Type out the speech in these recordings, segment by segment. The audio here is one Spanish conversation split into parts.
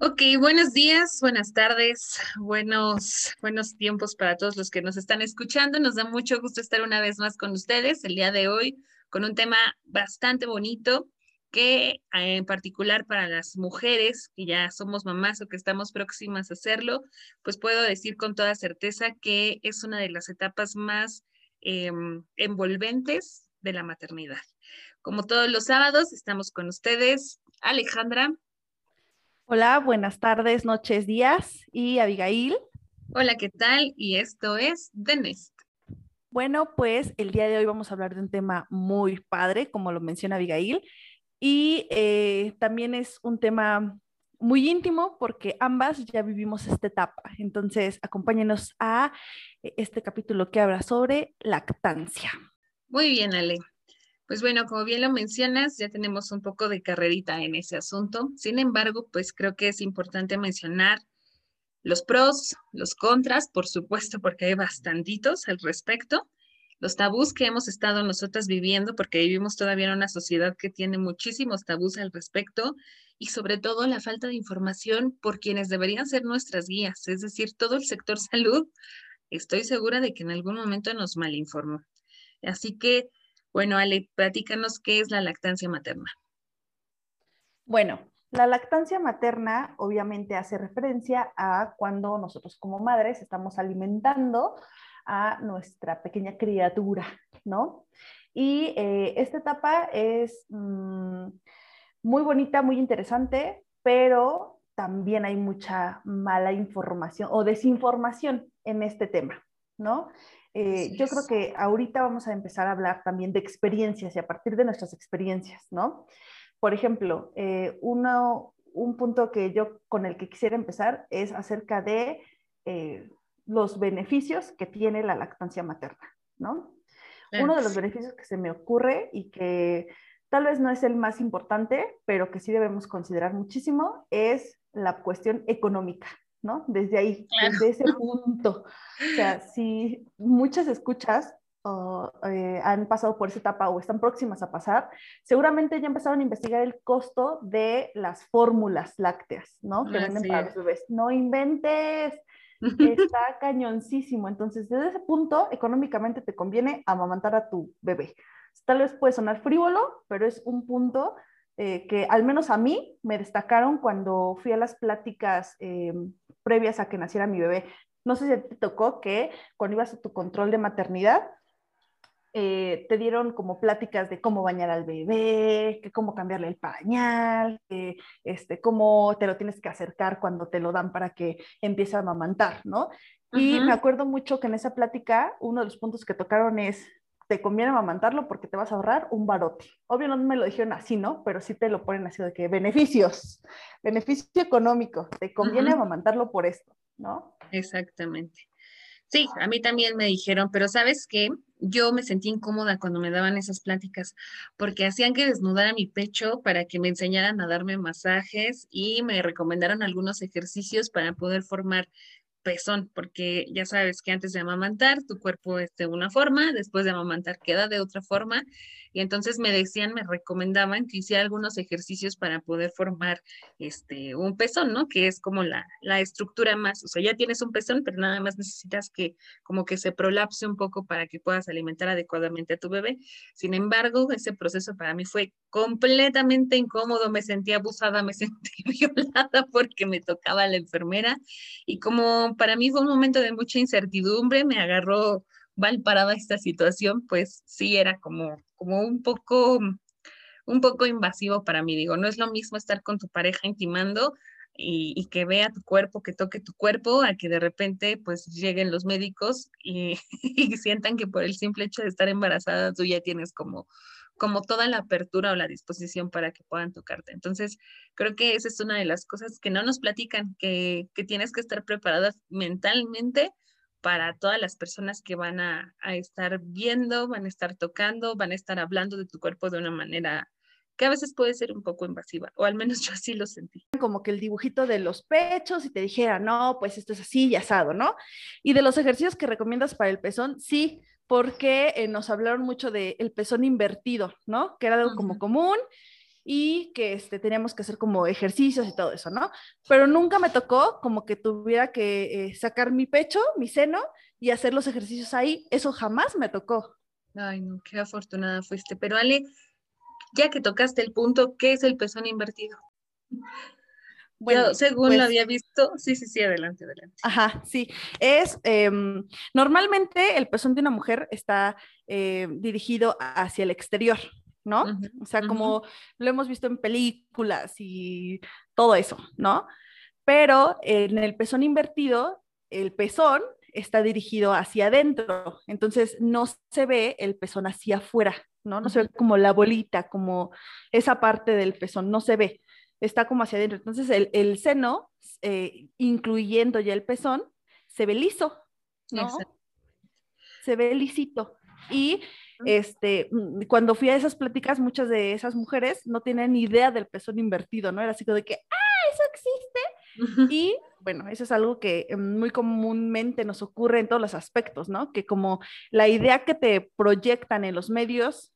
Ok, buenos días, buenas tardes, buenos tiempos para todos los que nos están escuchando. Nos da mucho gusto estar una vez más con ustedes el día de hoy con un tema bastante bonito que en particular para las mujeres que ya somos mamás o que estamos próximas a hacerlo, pues puedo decir con toda certeza que es una de las etapas más envolventes de la maternidad. Como todos los sábados, estamos con ustedes, Alejandra. Hola, buenas tardes, noches, días y Abigail. Hola, ¿qué tal? Y esto es The Nest. Bueno, pues el día de hoy vamos a hablar de un tema muy padre, como lo menciona Abigail, y también es un tema muy íntimo porque ambas ya vivimos esta etapa. Entonces, acompáñenos a este capítulo que habla sobre lactancia. Muy bien, Ale. Pues bueno, como bien lo mencionas, ya tenemos un poco de carrerita en ese asunto. Sin embargo, pues creo que es importante mencionar los pros, los contras, por supuesto, porque hay bastantitos al respecto. Los tabús que hemos estado nosotras viviendo, porque vivimos todavía en una sociedad que tiene muchísimos tabús al respecto, y sobre todo la falta de información por quienes deberían ser nuestras guías, es decir, todo el sector salud. Estoy segura de que en algún momento nos malinformó. Así que, bueno, Ale, platícanos qué es la lactancia materna. Bueno, la lactancia materna obviamente hace referencia a cuando nosotros como madres estamos alimentando a nuestra pequeña criatura, ¿no? Y esta etapa es muy bonita, muy interesante, pero también hay mucha mala información o desinformación en este tema, ¿no? Así Yo creo es. que ahorita vamos a empezar a hablar también de experiencias y a partir de nuestras experiencias, ¿no? Por ejemplo, un punto que yo con el que quisiera empezar es acerca de los beneficios que tiene la lactancia materna, ¿no? Claro Uno de que los sí. beneficios que se me ocurre y que tal vez no es el más importante, pero que sí debemos considerar muchísimo, es la cuestión económica, ¿no? Desde ahí, Claro. desde ese punto. O sea, si muchas escuchas han pasado por esa etapa o están próximas a pasar, seguramente ya empezaron a investigar el costo de las fórmulas lácteas, ¿no? Que venden Así para es. los bebés. No inventes, está cañoncísimo. Entonces, desde ese punto, económicamente te conviene amamantar a tu bebé. Tal vez puede sonar frívolo, pero es un punto que al menos a mí me destacaron cuando fui a las pláticas previas a que naciera mi bebé. No sé si te tocó que cuando ibas a tu control de maternidad, te dieron como pláticas de cómo bañar al bebé, que cómo cambiarle el pañal, que cómo te lo tienes que acercar cuando te lo dan para que empiece a amamantar, ¿no? Y me Ujú. acuerdo mucho que en esa plática uno de los puntos que tocaron es, te conviene amamantarlo porque te vas a ahorrar un barote. Obvio no me lo dijeron así, ¿no? Pero sí te lo ponen así de que beneficios, beneficio económico, te conviene Ujú. amamantarlo por esto, ¿no? Exactamente. Sí, a mí también me dijeron, pero ¿sabes qué? Yo me sentí incómoda cuando me daban esas pláticas, porque hacían que desnudara mi pecho para que me enseñaran a darme masajes y me recomendaron algunos ejercicios para poder formar pezón, porque ya sabes que antes de amamantar tu cuerpo es de una forma, después de amamantar queda de otra forma, y entonces me decían, me recomendaban que hiciera algunos ejercicios para poder formar un pezón, ¿no? Que es como la estructura más, o sea, ya tienes un pezón, pero nada más necesitas que como que se prolapse un poco para que puedas alimentar adecuadamente a tu bebé. Sin embargo, ese proceso para mí fue completamente incómodo, me sentí abusada, me sentí violada porque me tocaba la enfermera y como para mí fue un momento de mucha incertidumbre, me agarró mal parada esta situación, pues sí era como un poco invasivo para mí. Digo, no es lo mismo estar con tu pareja intimando y que vea tu cuerpo, que toque tu cuerpo, a que de repente pues lleguen los médicos y sientan que por el simple hecho de estar embarazada tú ya tienes como toda la apertura o la disposición para que puedan tocarte. Entonces, creo que esa es una de las cosas que no nos platican, que tienes que estar preparada mentalmente para todas las personas que van a estar viendo, van a estar tocando, van a estar hablando de tu cuerpo de una manera que a veces puede ser un poco invasiva, o al menos yo así lo sentí. Como que el dibujito de los pechos y te dijera, no, pues esto es así y asado, ¿no? Y de los ejercicios que recomiendas para el pezón, sí, porque nos hablaron mucho del pezón invertido, ¿no? Que era algo como Ujú. común y que teníamos que hacer como ejercicios y todo eso, ¿no? Pero nunca me tocó como que tuviera que sacar mi pecho, mi seno y hacer los ejercicios ahí. Eso jamás me tocó. Ay, no, qué afortunada fuiste. Pero Ale, ya que tocaste el punto, ¿qué es el pezón invertido? Yo, Bueno, según lo pues, había visto, sí, sí, sí, adelante, adelante. ajá, sí. Es, normalmente el pezón de una mujer está dirigido hacia el exterior, ¿no? Ujú, O sea, ujú. como lo hemos visto en películas y todo eso, ¿no? Pero en el pezón invertido, el pezón está dirigido hacia adentro, entonces no se ve el pezón hacia afuera, ¿no? No se Ujú. ve como la bolita, como esa parte del pezón, no se ve, está como hacia adentro. Entonces el seno, incluyendo ya el pezón, se ve liso, Exacto. ¿no? Se ve lisito. Y cuando fui a esas pláticas, muchas de esas mujeres no tienen ni idea del pezón invertido, ¿no? Era así como de que, ah, eso existe. Ujú. Y bueno, eso es algo que muy comúnmente nos ocurre en todos los aspectos, ¿no? Que como la idea que te proyectan en los medios,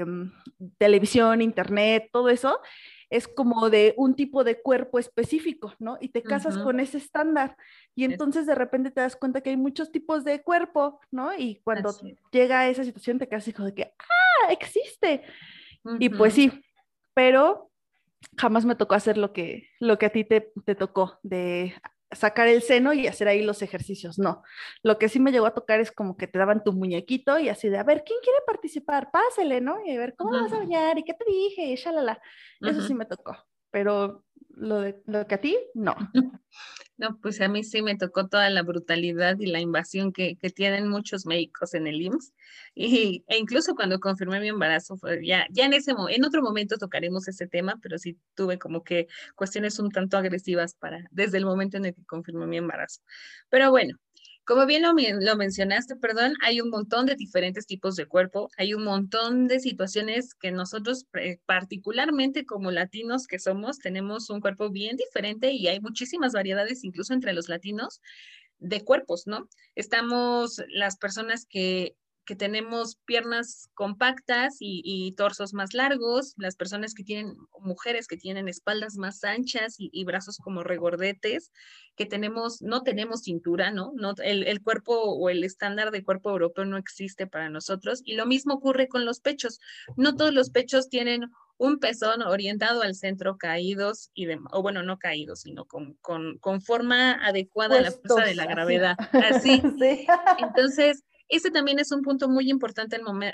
televisión, internet, todo eso, es como de un tipo de cuerpo específico, ¿no? Y te casas Ujú. con ese estándar. Y Es- entonces de repente te das cuenta que hay muchos tipos de cuerpo, ¿no? Y cuando Así es. llega a esa situación te quedas hijo de que, ah, existe. Y pues Ujú. sí, pero jamás me tocó hacer lo que a ti te tocó, de sacar el seno y hacer ahí los ejercicios, no. Lo que sí me llegó a tocar es como que te daban tu muñequito y así de, a ver, ¿quién quiere participar? Pásele, ¿no? Y a ver, ¿cómo lo vas a Ujú. bañar? ¿Y qué te dije? Y shalala. Eso sí Ujú. me tocó, pero lo que a ti, no. No, pues a mí sí me tocó toda la brutalidad y la invasión que tienen muchos médicos en el IMSS. E incluso cuando confirmé mi embarazo, ya en otro momento tocaremos ese tema, pero sí tuve como que cuestiones un tanto agresivas desde el momento en el que confirmé mi embarazo. Pero bueno, como bien lo mencionaste, perdón, hay un montón de diferentes tipos de cuerpo, hay un montón de situaciones que nosotros, particularmente como latinos que somos, tenemos un cuerpo bien diferente y hay muchísimas variedades, incluso entre los latinos, de cuerpos, ¿no? Estamos las personas que tenemos piernas compactas y torsos más largos, las personas que tienen, mujeres que tienen espaldas más anchas y brazos como regordetes, que no tenemos cintura, ¿no? No el cuerpo o el estándar de cuerpo europeo no existe para nosotros. Y lo mismo ocurre con los pechos. No todos los pechos tienen un pezón orientado al centro caídos o bueno, no caídos, sino con forma adecuada a la fuerza de Puestos la así. gravedad. Así. Sí. Entonces, ese también es un punto muy importante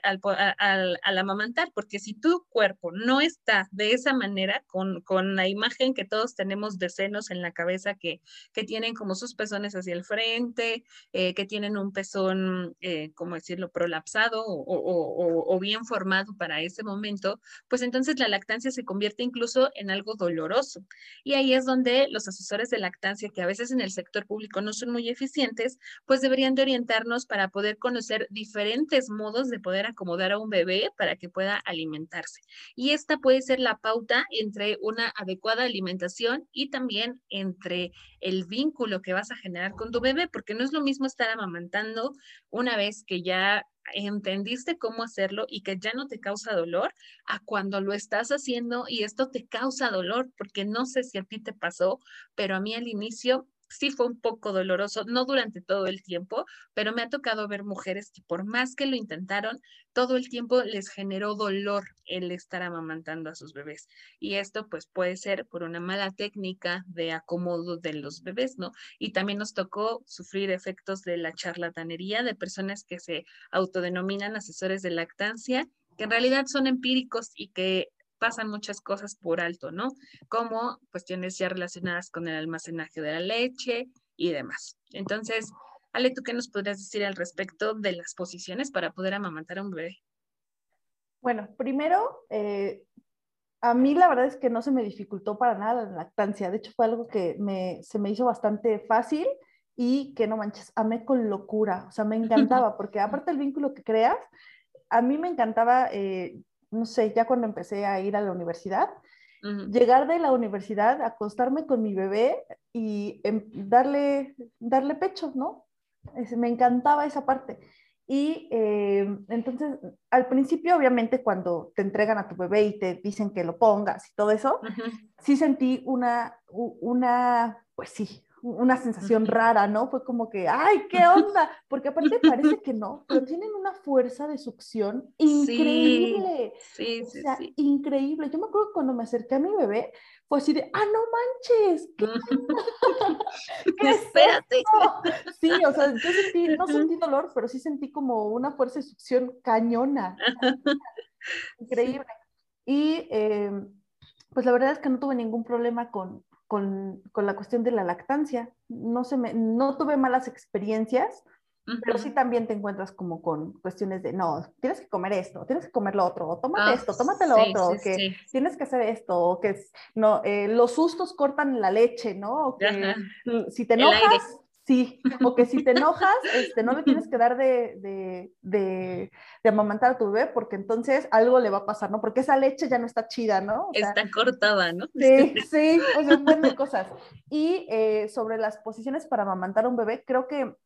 al amamantar, porque si tu cuerpo no está de esa manera, con la imagen que todos tenemos de senos en la cabeza que tienen como sus pezones hacia el frente, que tienen un pezón, ¿cómo decirlo?, prolapsado o bien formado para ese momento, pues entonces la lactancia se convierte incluso en algo doloroso. Y ahí es donde los asesores de lactancia, que a veces en el sector público no son muy eficientes, pues deberían de orientarnos para poder conocer diferentes modos de poder acomodar a un bebé para que pueda alimentarse. Y esta puede ser la pauta entre una adecuada alimentación y también entre el vínculo que vas a generar con tu bebé, porque no es lo mismo estar amamantando una vez que ya entendiste cómo hacerlo y que ya no te causa dolor, a cuando lo estás haciendo y esto te causa dolor, porque no sé si a ti te pasó, pero a mí al inicio sí fue un poco doloroso, no durante todo el tiempo, pero me ha tocado ver mujeres que por más que lo intentaron, todo el tiempo les generó dolor el estar amamantando a sus bebés. Y esto pues puede ser por una mala técnica de acomodo de los bebés, ¿no? Y también nos tocó sufrir efectos de la charlatanería de personas que se autodenominan asesores de lactancia, que en realidad son empíricos y que pasan muchas cosas por alto, ¿no? Como cuestiones ya relacionadas con el almacenaje de la leche y demás. Entonces, Ale, ¿tú qué nos podrías decir al respecto de las posiciones para poder amamantar a un bebé? Bueno, primero, a mí la verdad es que no se me dificultó para nada la lactancia. De hecho, fue algo que se me hizo bastante fácil y que no manches, amé con locura. O sea, me encantaba, porque aparte del vínculo que creas, a mí me encantaba, no sé, ya cuando empecé a ir a la universidad, llegar de la universidad, acostarme con mi bebé y darle pecho, ¿no? Me encantaba esa parte. Y entonces, al principio, obviamente, cuando te entregan a tu bebé y te dicen que lo pongas y todo eso, Ujú, sí sentí pues sí, una sensación ujú. rara, ¿no? Fue como que, ¡ay, qué onda! Porque aparte parece que no, pero tienen una fuerza de succión Sí, increíble. sí, O sí, sea, sí. increíble. Yo me acuerdo cuando me acerqué a mi bebé, fue así de, ¡ah, no manches! Ujú. ¿Qué es Espérate. esto? Sí, o sea, yo sentí, no Ujú. sentí dolor, pero sí sentí como una fuerza de succión cañona, Sí. increíble. Y pues la verdad es que no tuve ningún problema con la cuestión de la lactancia. No tuve malas experiencias, pero sí Ujú. también te encuentras como con cuestiones de, no, tienes que comer esto, tienes que comer lo otro, o tómate Ah, esto, tómate lo sí, otro, sí, o que sí. tienes que hacer esto, o que no, los sustos cortan la leche, ¿no? O Ajá. que si te El enojas, aire. sí, o que si te enojas, no le tienes que dar de amamantar a tu bebé porque entonces algo le va a pasar, ¿no? Porque esa leche ya no está chida, ¿no? O sea, Está cortada, ¿no? sí, sí, o sea, un buen de cosas. Y sobre las posiciones para amamantar a un bebé, creo que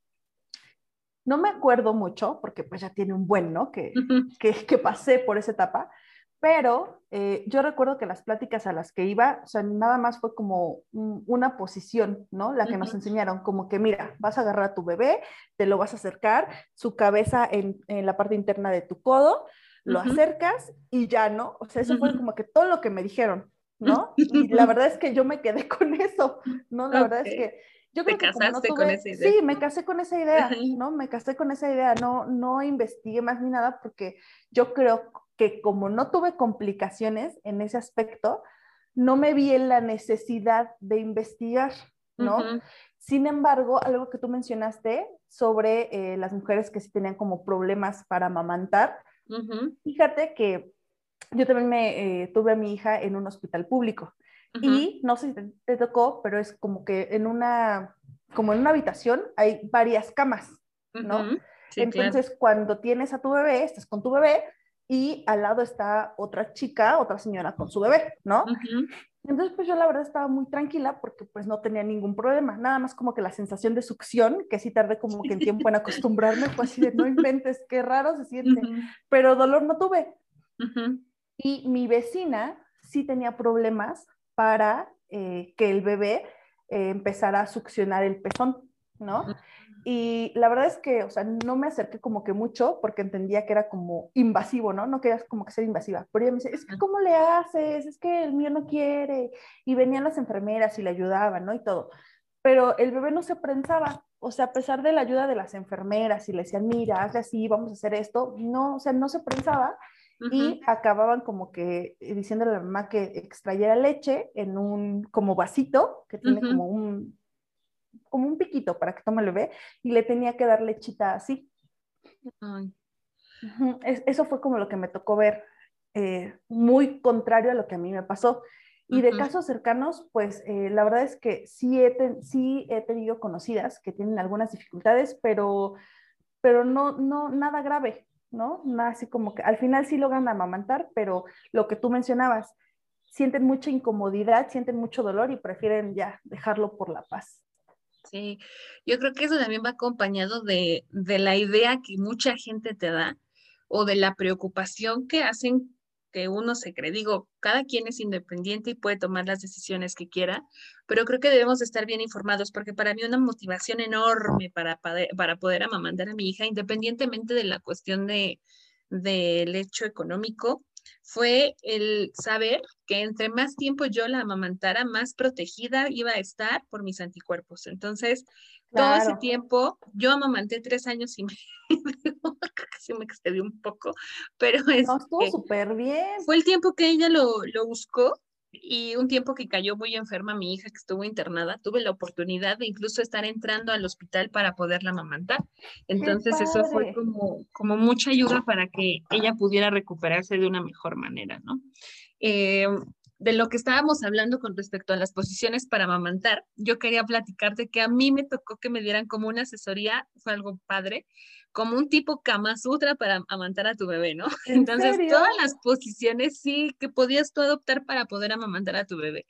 no me acuerdo mucho, porque pues ya tiene un buen, ¿no? Que pasé por esa etapa, pero yo recuerdo que las pláticas a las que iba, o sea, nada más fue como una posición, ¿no? La que nos Ujú, enseñaron, como que mira, vas a agarrar a tu bebé, te lo vas a acercar, su cabeza en la parte interna de tu codo, lo ujú, acercas y ya, ¿no? O sea, eso fue ujú. como que todo lo que me dijeron, ¿no? Y la verdad es que yo me quedé con eso, ¿no? La verdad Ok. es que yo Te creo que como no casaste con tuve, esa idea. sí, me casé con esa idea, Ajá. ¿no? Me casé con esa idea, no investigué más ni nada porque yo creo que como no tuve complicaciones en ese aspecto, no me vi en la necesidad de investigar, ¿no? Ujú, Sin embargo, algo que tú mencionaste sobre las mujeres que sí tenían como problemas para amamantar, ujú, fíjate que yo también tuve a mi hija en un hospital público ujú, y no sé si te tocó, pero es como que como en una habitación hay varias camas, ¿no? ujú. Sí, claro. Entonces, cuando tienes a tu bebé, estás con tu bebé y al lado está otra chica, otra señora con su bebé, ¿no? Ujú. Entonces, pues yo la verdad estaba muy tranquila porque pues no tenía ningún problema, nada más como que la sensación de succión, que sí tardé como que en tiempo en acostumbrarme, fue así de no inventes, qué raro se siente, Ujú, pero dolor no tuve. ujú, Y mi vecina sí tenía problemas para que el bebé empezara a succionar el pezón, ¿no? Y la verdad es que, o sea, no me acerqué como que mucho porque entendía que era como invasivo, ¿no? No querías como que ser invasiva. Pero ella me dice, es que ¿cómo le haces? Es que el mío no quiere. Y venían las enfermeras y le ayudaban, ¿no? Y todo. Pero el bebé no se prensaba. O sea, a pesar de la ayuda de las enfermeras y le decían, mira, hazle así, vamos a hacer esto, no, o sea, no se prensaba ujú, y acababan como que diciéndole a la mamá que extrayera leche en un como vasito que tiene ujú. como un piquito para que tome el bebé y le tenía que dar lechita así. Ay, Eso fue como lo que me tocó ver, muy contrario a lo que a mí me pasó. Y de ujú. casos cercanos, pues la verdad es que sí he tenido conocidas que tienen algunas dificultades, pero no, nada grave, ¿no? Nada así como que al final sí logran amamantar, pero lo que tú mencionabas, sienten mucha incomodidad, sienten mucho dolor y prefieren ya dejarlo por la paz. Sí, yo creo que eso también va acompañado de la idea que mucha gente te da o de la preocupación que hacen que uno se cree. Digo, cada quien es independiente y puede tomar las decisiones que quiera, pero creo que debemos de estar bien informados porque para mí una motivación enorme para poder amamantar a mi hija, independientemente de la cuestión del hecho económico, fue el saber que entre más tiempo yo la amamantara, más protegida iba a estar por mis anticuerpos. Entonces, todo ese Claro, tiempo, yo amamanté 3 años y medio, casi me excedí un poco, pero no, estuvo súper bien. fue el tiempo que ella lo buscó y un tiempo que cayó muy enferma mi hija que estuvo internada, tuve la oportunidad de incluso estar entrando al hospital para poderla amamantar. Qué Entonces eso fue padre. como mucha ayuda para que ella pudiera recuperarse de una mejor manera, ¿no? Eh, de lo que estábamos hablando con respecto a las posiciones para amamantar, yo quería platicarte que a mí me tocó que me dieran como una asesoría, fue algo padre, como un tipo Kama Sutra para amamantar a tu bebé, ¿no? ¿En Entonces, todas serio? las posiciones sí que podías tú adoptar para poder amamantar a tu bebé.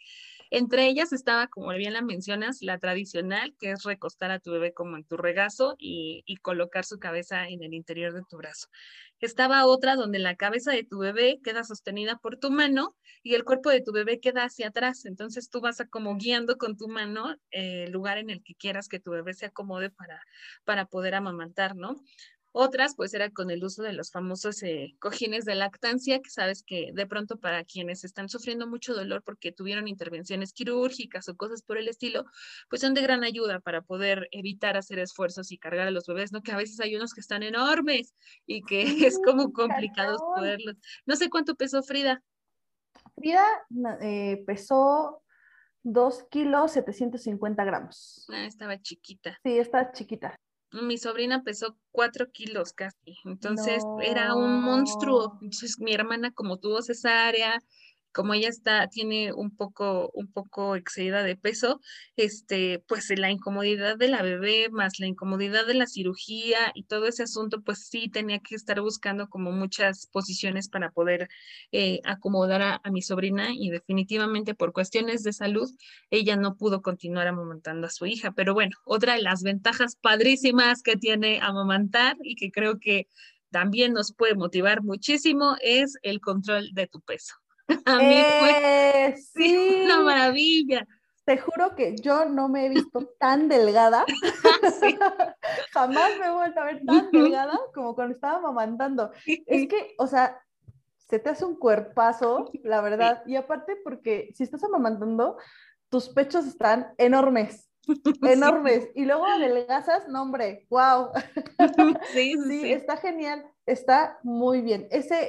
Entre ellas estaba, como bien la mencionas, la tradicional, que es recostar a tu bebé como en tu regazo y colocar su cabeza en el interior de tu brazo. Estaba otra donde la cabeza de tu bebé queda sostenida por tu mano y el cuerpo de tu bebé queda hacia atrás. Entonces tú vas a como guiando con tu mano el lugar en el que quieras que tu bebé se acomode para poder amamantar, ¿no? Otras, pues era con el uso de los famosos cojines de lactancia, que sabes que de pronto para quienes están sufriendo mucho dolor porque tuvieron intervenciones quirúrgicas o cosas por el estilo, pues son de gran ayuda para poder evitar hacer esfuerzos y cargar a los bebés, ¿no? Que a veces hay unos que están enormes y que Sí, es como complicado cañón. poderlos. No sé cuánto pesó Frida. Frida pesó 2 kilos 750 gramos. Ah, estaba chiquita. Sí, está chiquita. Mi sobrina pesó 4 kilos casi, entonces era un monstruo. No. Entonces mi hermana, como tuvo cesárea, como ella tiene un poco excedida de peso, pues la incomodidad de la bebé más la incomodidad de la cirugía y todo ese asunto, pues sí tenía que estar buscando como muchas posiciones para poder acomodar a mi sobrina y definitivamente por cuestiones de salud ella no pudo continuar amamantando a su hija. Pero bueno, otra de las ventajas padrísimas que tiene amamantar y que creo que también nos puede motivar muchísimo es el control de tu peso. A mí fue sí, una Sí, maravilla. te juro que yo no me he visto tan delgada. Sí. Jamás me he vuelto a ver tan delgada como cuando estaba amamantando. Es que, o sea, se te hace un cuerpazo, la Sí, verdad. Y aparte porque si estás amamantando, tus pechos están enormes, sí, enormes. Y luego adelgazas, no hombre, wow. sí, Sí, sí. está genial, está muy bien.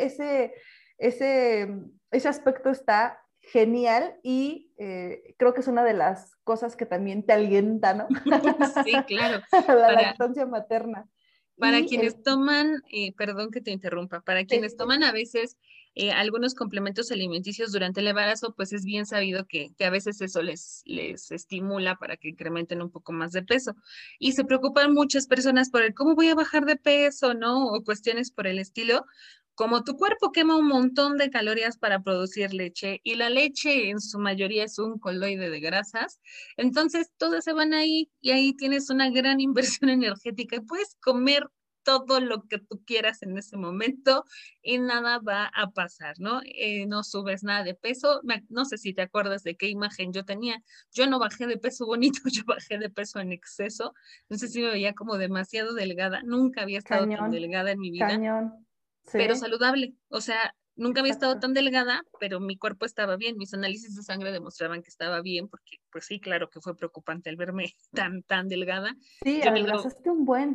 Ese, ese aspecto está genial y creo que es una de las cosas que también te alienta, ¿no? Sí, claro. La Para, lactancia materna. Para Y quienes el, toman, perdón que te interrumpa, para quienes sí, toman a veces algunos complementos alimenticios durante el embarazo, pues es bien sabido que a veces eso les estimula para que incrementen un poco más de peso. Y se preocupan muchas personas por el cómo voy a bajar de peso, ¿no? O cuestiones por el estilo. Como tu cuerpo quema un montón de calorías para producir leche y la leche en su mayoría es un coloide de grasas, entonces todas se van ahí y ahí tienes una gran inversión energética y puedes comer todo lo que tú quieras en ese momento y nada va a pasar, ¿no? No subes nada de peso. No sé si te acuerdas de qué imagen yo tenía. Yo no bajé de peso bonito, yo bajé de peso en exceso. Entonces sí me veía como demasiado delgada. Nunca había estado tan cañón, delgada en mi vida, cañón. pero Sí, saludable. O sea, nunca había estado exacto. tan delgada, pero mi cuerpo estaba bien. Mis análisis de sangre demostraban que estaba bien, porque pues sí, claro que fue preocupante el verme tan delgada. Sí, Yo mido, adelgazaste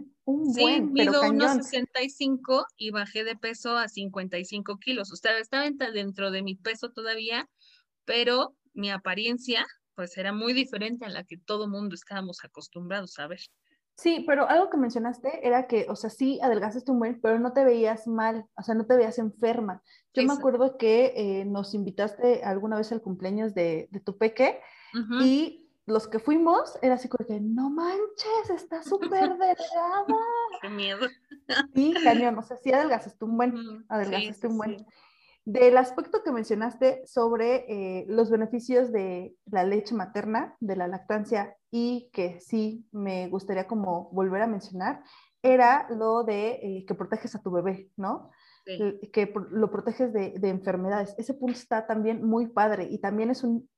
un sí, buen, pero mido unos cañón. 65 y bajé de peso a 55 kilos. O sea, estaba dentro de mi peso todavía, pero mi apariencia pues era muy diferente a la que todo mundo estábamos acostumbrados a ver. Sí, pero algo que mencionaste era que, o sea, sí adelgazaste un buen, pero no te veías mal, o sea, no te veías enferma. Yo me Eso. acuerdo que nos invitaste alguna vez al cumpleaños de tu peque Ujú. y los que fuimos era así como que, no manches, está súper delgada. Qué miedo. Sí, cañón, o sea, sí Ujú. Sí, adelgazaste sí, un sí. buen. Del aspecto que mencionaste sobre los beneficios de la leche materna, de la lactancia, y que sí me gustaría como volver a mencionar, Ujú. era lo de que proteges a tu bebé, ¿no? Sí. Lo proteges de enfermedades. Ese punto está también muy padre y también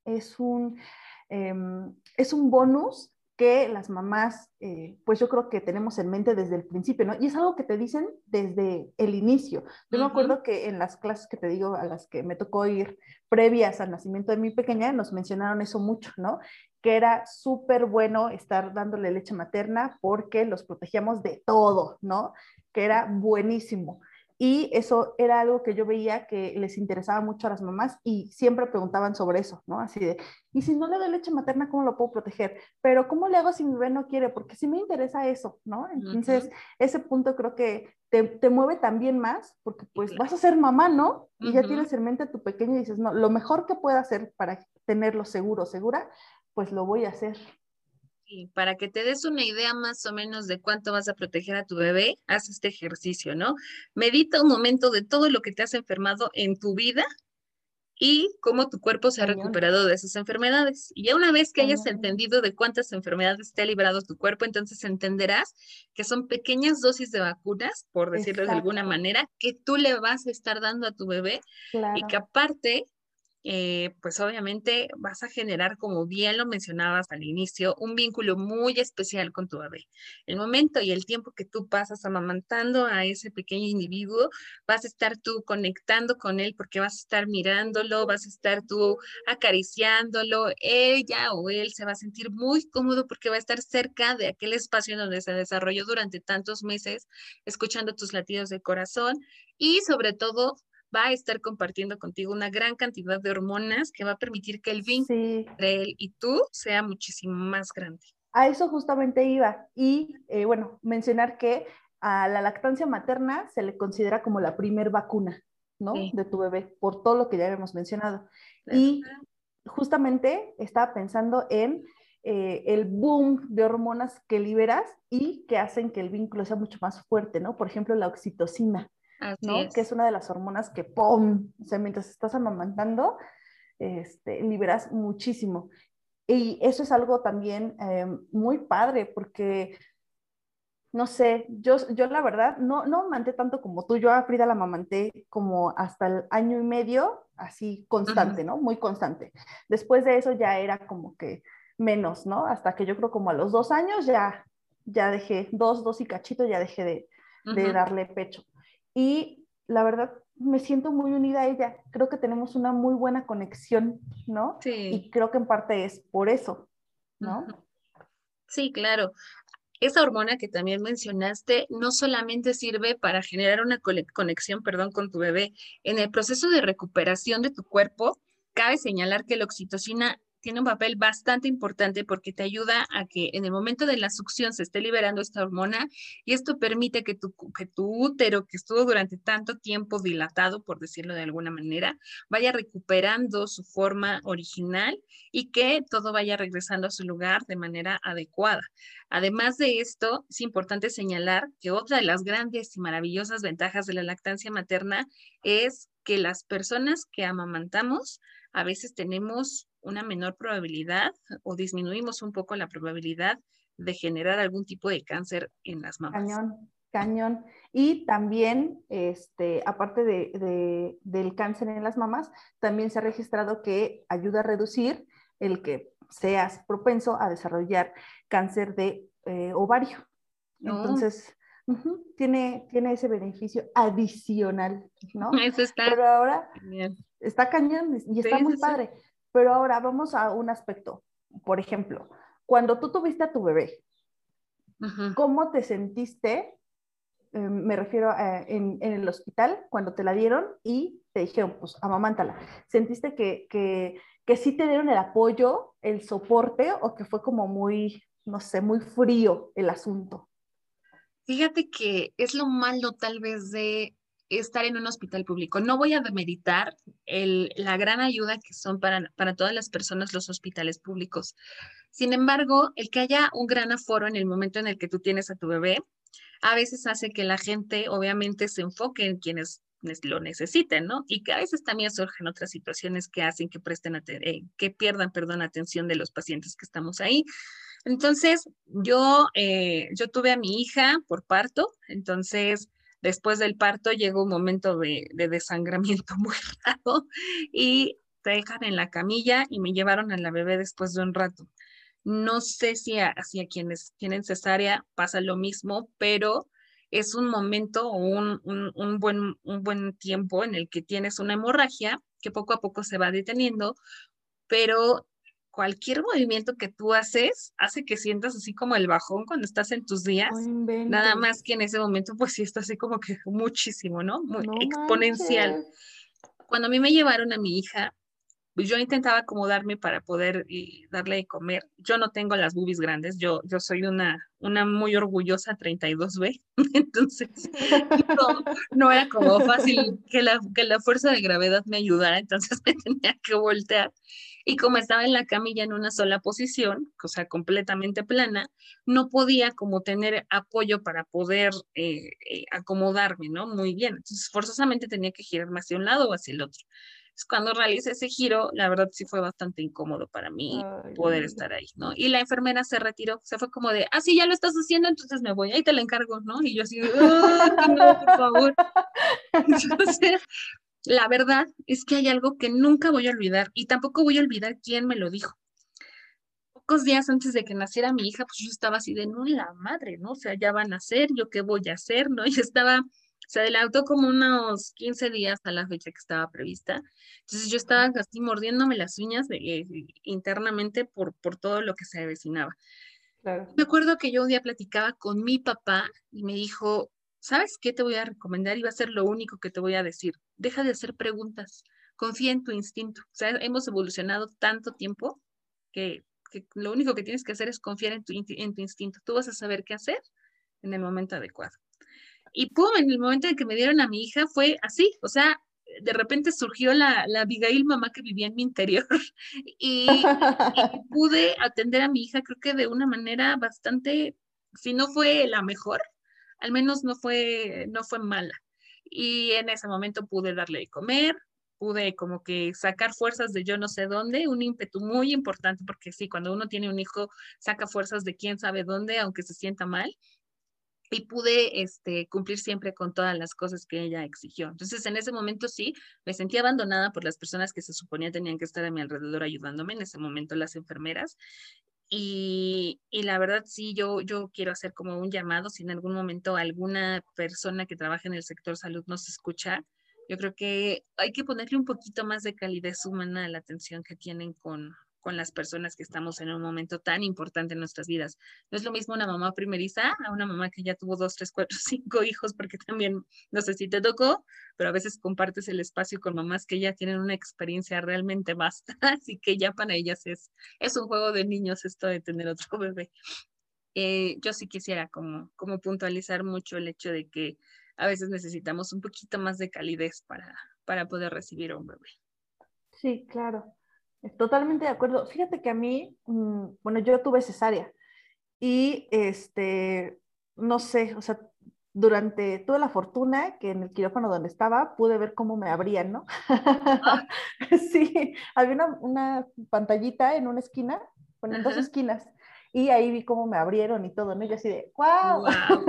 es un bonus que las mamás, pues yo creo que tenemos en mente desde el principio, ¿no? Y es algo que te dicen desde el inicio. Yo me Ujú. acuerdo que en las clases que te digo, a las que me tocó ir previas al nacimiento de mi pequeña, nos mencionaron eso mucho, ¿no? Que era súper bueno estar dándole leche materna porque los protegíamos de todo, ¿no? Que era buenísimo. Y eso era algo que yo veía que les interesaba mucho a las mamás y siempre preguntaban sobre eso, ¿no? Así de, ¿y si no le doy leche materna, cómo lo puedo proteger? Pero ¿cómo le hago si mi bebé no quiere? Porque sí me interesa eso, ¿no? Entonces, Ujú. ese punto creo que te mueve también más, porque Sí, pues claro. vas a ser mamá, ¿no? Y ya Ujú. tienes en mente a tu pequeño y dices, no, lo mejor que pueda hacer para tenerlo seguro, segura, pues lo voy a hacer. Y para que te des una idea más o menos de cuánto vas a proteger a tu bebé, haz este ejercicio, ¿no? Medita un momento de todo lo que te has enfermado en tu vida y cómo tu cuerpo se ha Cañón, recuperado de esas enfermedades. Y ya una vez que hayas cañón. entendido de cuántas enfermedades te ha librado tu cuerpo, entonces entenderás que son pequeñas dosis de vacunas, por decirlo de alguna Exacto, manera, que tú le vas a estar dando a tu bebé y que claro. aparte pues obviamente vas a generar, como bien lo mencionabas al inicio, un vínculo muy especial con tu bebé. El momento y el tiempo que tú pasas amamantando a ese pequeño individuo, vas a estar tú conectando con él porque vas a estar mirándolo, vas a estar tú acariciándolo, ella o él se va a sentir muy cómodo porque va a estar cerca de aquel espacio en donde se desarrolló durante tantos meses, escuchando tus latidos de corazón y sobre todo va a estar compartiendo contigo una gran cantidad de hormonas que va a permitir que el vínculo Sí, entre él y tú sea muchísimo más grande. a eso justamente iba. Y bueno, mencionar que a la lactancia materna se le considera como la primer vacuna, ¿no? Sí, De tu bebé, por todo lo que ya habíamos mencionado. claro. Y justamente estaba pensando en el boom de hormonas que liberas y que hacen que el vínculo sea mucho más fuerte, ¿no? Por ejemplo, la oxitocina, Así ¿no? Que es. es una de las hormonas que, ¡pum! O sea, mientras estás amamantando, liberas muchísimo. Y eso es algo también muy padre porque, no sé, yo la verdad no amamanté tanto como tú. Yo a Frida la amamanté como hasta el año y medio, así Ujú. constante, ¿no? Muy constante. Después de eso ya era como que menos, ¿no? Hasta que yo creo como a los 2 años ya dejé, dos y cachito, ya dejé de Ujú. darle pecho. Y la verdad me siento muy unida a ella. Creo que tenemos una muy buena conexión, ¿no? Sí. Y creo que en parte es por eso, Ujú. ¿no? Sí, claro. Esa hormona que también mencionaste no solamente sirve para generar una conexión, perdón, con tu bebé. En el proceso de recuperación de tu cuerpo, cabe señalar que la oxitocina tiene un papel bastante importante porque te ayuda a que en el momento de la succión se esté liberando esta hormona y esto permite que tu útero, que estuvo durante tanto tiempo dilatado, por decirlo de alguna manera, vaya recuperando su forma original y que todo vaya regresando a su lugar de manera adecuada. Además de esto, es importante señalar que otra de las grandes y maravillosas ventajas de la lactancia materna es que las personas que amamantamos a veces tenemos una menor probabilidad o disminuimos un poco la probabilidad de generar algún tipo de cáncer en las mamás. Cañón, cañón. Y también, aparte del cáncer en las mamas, también se ha registrado que ayuda a reducir el que seas propenso a desarrollar cáncer de ovario. No, Entonces, tiene ese beneficio adicional, ¿no? eso está Pero ahora genial. está cañón y está Sí, muy sí, sí. padre. Pero ahora vamos a un aspecto. Por ejemplo, cuando tú tuviste a tu bebé, Ujú. ¿cómo te sentiste? Me refiero a, en el hospital, cuando te la dieron y te dijeron, pues amamántala. ¿Sentiste que sí te dieron el apoyo, el soporte o que fue como muy, no sé, muy frío el asunto? Fíjate que es lo malo tal vez de estar en un hospital público. No voy a demeritar la gran ayuda que son para todas las personas los hospitales públicos. Sin embargo, el que haya un gran aforo en el momento en el que tú tienes a tu bebé, a veces hace que la gente obviamente se enfoque en quienes lo necesiten, ¿no? Y que a veces también surgen otras situaciones que hacen que que pierdan, perdón, atención de los pacientes que estamos ahí. Entonces, yo tuve a mi hija por parto, entonces después del parto llegó un momento de desangramiento muy raro y te dejan en la camilla y me llevaron a la bebé después de un rato. No sé si a quienes tienen cesárea pasa lo mismo, pero es un momento o un buen tiempo en el que tienes una hemorragia que poco a poco se va deteniendo, pero cualquier movimiento que tú haces hace que sientas así como el bajón cuando estás en tus No días. Nada más inventes, que en ese momento, pues sí está así como que muchísimo, ¿no? Muy no exponencial. manches. Cuando a mí me llevaron a mi hija, pues yo intentaba acomodarme para poder darle de comer. Yo no tengo las boobies grandes, yo soy una muy orgullosa 32B, entonces no, no era como fácil que la fuerza de gravedad me ayudara, entonces me tenía que voltear. Y como estaba en la camilla en una sola posición, o sea, completamente plana, no podía como tener apoyo para poder acomodarme, ¿no? Muy bien. Entonces, forzosamente tenía que girarme hacia un lado o hacia el otro. Cuando realicé ese giro, la verdad sí fue bastante incómodo para mí Ay, Dios poder mío. estar ahí, ¿no? Y la enfermera se retiró, se fue como de, ah, sí, ya lo estás haciendo, entonces me voy, ahí te la encargo, ¿no? Y yo así, "Ay, no, por favor". Entonces, la verdad es que hay algo que nunca voy a olvidar y tampoco voy a olvidar quién me lo dijo. Pocos días antes de que naciera mi hija, pues yo estaba así de, no, la madre, ¿no? O sea, ya va a nacer, ¿yo qué voy a hacer, no? Yo estaba, se adelantó como unos 15 días a la fecha que estaba prevista. Entonces yo estaba así mordiéndome las uñas internamente por todo lo que se avecinaba. Claro. Me acuerdo que yo un día platicaba con mi papá y me dijo, ¿sabes qué te voy a recomendar? Y va a ser lo único que te voy a decir. Deja de hacer preguntas, confía en tu instinto. O sea, hemos evolucionado tanto tiempo que lo único que tienes que hacer es confiar en tu instinto. Tú vas a saber qué hacer en el momento adecuado. Y pum, en el momento en que me dieron a mi hija fue así, o sea, de repente surgió la Abigail mamá que vivía en mi interior y pude atender a mi hija creo que de una manera bastante, si no fue la mejor, al menos no fue mala. Y en ese momento pude darle de comer, pude como que sacar fuerzas de yo no sé dónde, un ímpetu muy importante, porque sí, cuando uno tiene un hijo, saca fuerzas de quién sabe dónde, aunque se sienta mal y pude cumplir siempre con todas las cosas que ella exigió. Entonces, en ese momento sí, me sentí abandonada por las personas que se suponía tenían que estar a mi alrededor ayudándome, en ese momento las enfermeras. Y la verdad sí, yo quiero hacer como un llamado, si en algún momento alguna persona que trabaja en el sector salud nos escucha, yo creo que hay que ponerle un poquito más de calidez humana a la atención que tienen con las personas que estamos en un momento tan importante en nuestras vidas. No es lo mismo una mamá primeriza a una mamá que ya tuvo dos, tres, cuatro, cinco hijos, porque también, no sé si te tocó, pero a veces compartes el espacio con mamás que ya tienen una experiencia realmente vasta, así que ya para ellas es un juego de niños esto de tener otro bebé. Yo sí quisiera como puntualizar mucho el hecho de que a veces necesitamos un poquito más de calidez para poder recibir a un bebé. Sí, claro. Totalmente de acuerdo. Fíjate que a mí, bueno, yo tuve cesárea y no sé, o sea, tuve la fortuna que en el quirófano donde estaba pude ver cómo me abrían, ¿no? Ah, Sí, había una pantallita en una esquina, bueno, en dos ajá, esquinas, y ahí vi cómo me abrieron y todo, ¿no? Y yo así de, ¡wow! wow.